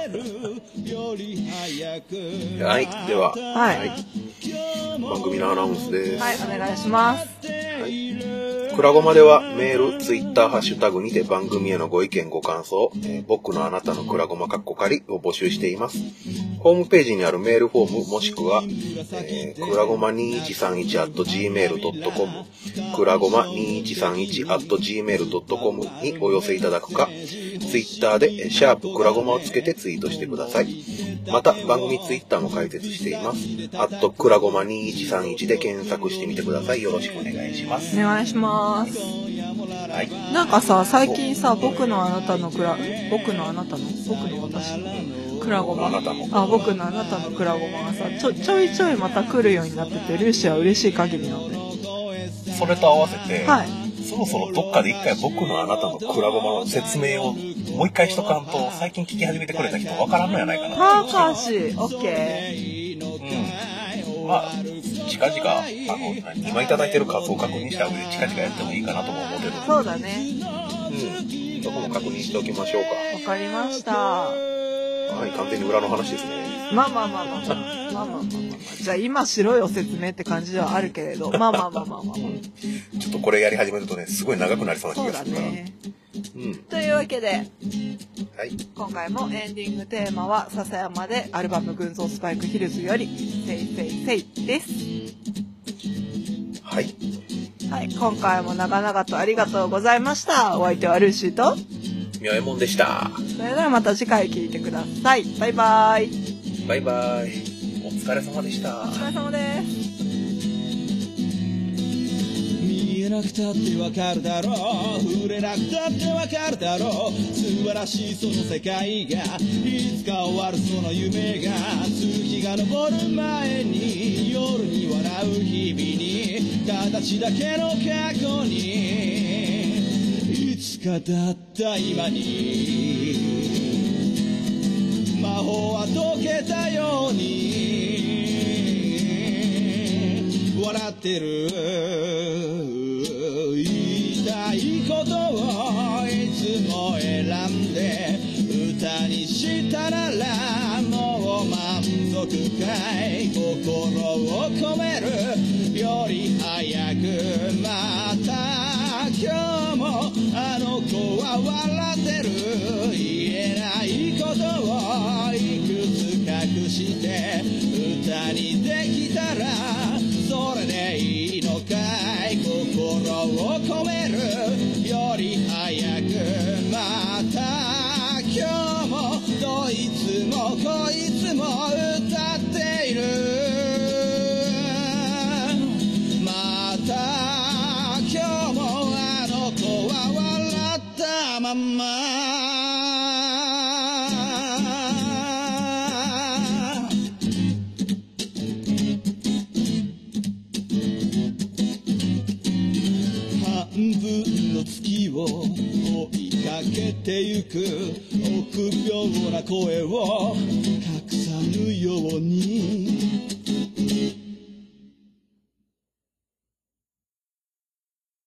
では、 はい。 番組のアナウンスです。 はい、お願いします。 はい。くらごまではメール、ツイッター、ハッシュタグにて番組へのご意見ご感想、僕のあなたのくらごまかっこかりを募集しています。ホームページにあるメールフォームもしくは、くらごま2131@gmail.com くらごま2131@gmail.com にお寄せいただくか、ツイッターでシャープくらごまをつけてツイートしてください。また番組ツイッターも開設しています。くらごま2131で検索してみてください。よろしくお願いします。 お願いします。 はい。 なんかさ、最近さ、僕の私のくらごま。僕のあなたのくらごまがさ、ちょいちょいまた来るようになってて、ルーシーは嬉しい限りなんで。 それと合わせて、 はい。 そろそろどっかで一回僕のあなたのくらごまの説明をもう一回しとかんと、最近聞き始めてくれた人わからんのやないかな。 たかし、オッケー。 まあ、近々、今いただいてる数を確認した上で近々やってもいいかなとも思ってる。 そうだね。 そこも確認しておきましょうか。 わかりました。 はい、完全に裏の話ですね。 まあ。じゃあ今白いお説明って感じではあるけれど、まあ。 ちょっとこれやり始めるとね、すごい長くなりそうな気がするから。そうだね。 というわけで、 はい、 今回もエンディングテーマは笹山でアルバム群像スパイクヒルズよりせいです。 はい。 はい、今回も長々とありがとうございました。お相手はルーシーとみやえもんでした。 それではまた次回聞いてください。バイバイ。 バイバイ。お疲れ様でした。 お疲れ様です。 見えなくたってわかるだろう、触れなくたってわかるだろう、素晴らしいその世界がいつか終わる、その夢が月が昇る前に、夜に笑う日々に、形だけの過去に、いつかだった今に魔法は解けたように笑ってる、言いたいことをいつも選んで歌にしたならもう満足かい、心を込めるより早く、また今日もあの子は笑ってる、言えないことをいくつ隠して歌なにできたらそれでいいのかい心を込めるより早くまた今日もどいつもこいつも歌っているまた今日もあの子は笑ったまんま月を追いかけてゆく臆病な声を隠さぬように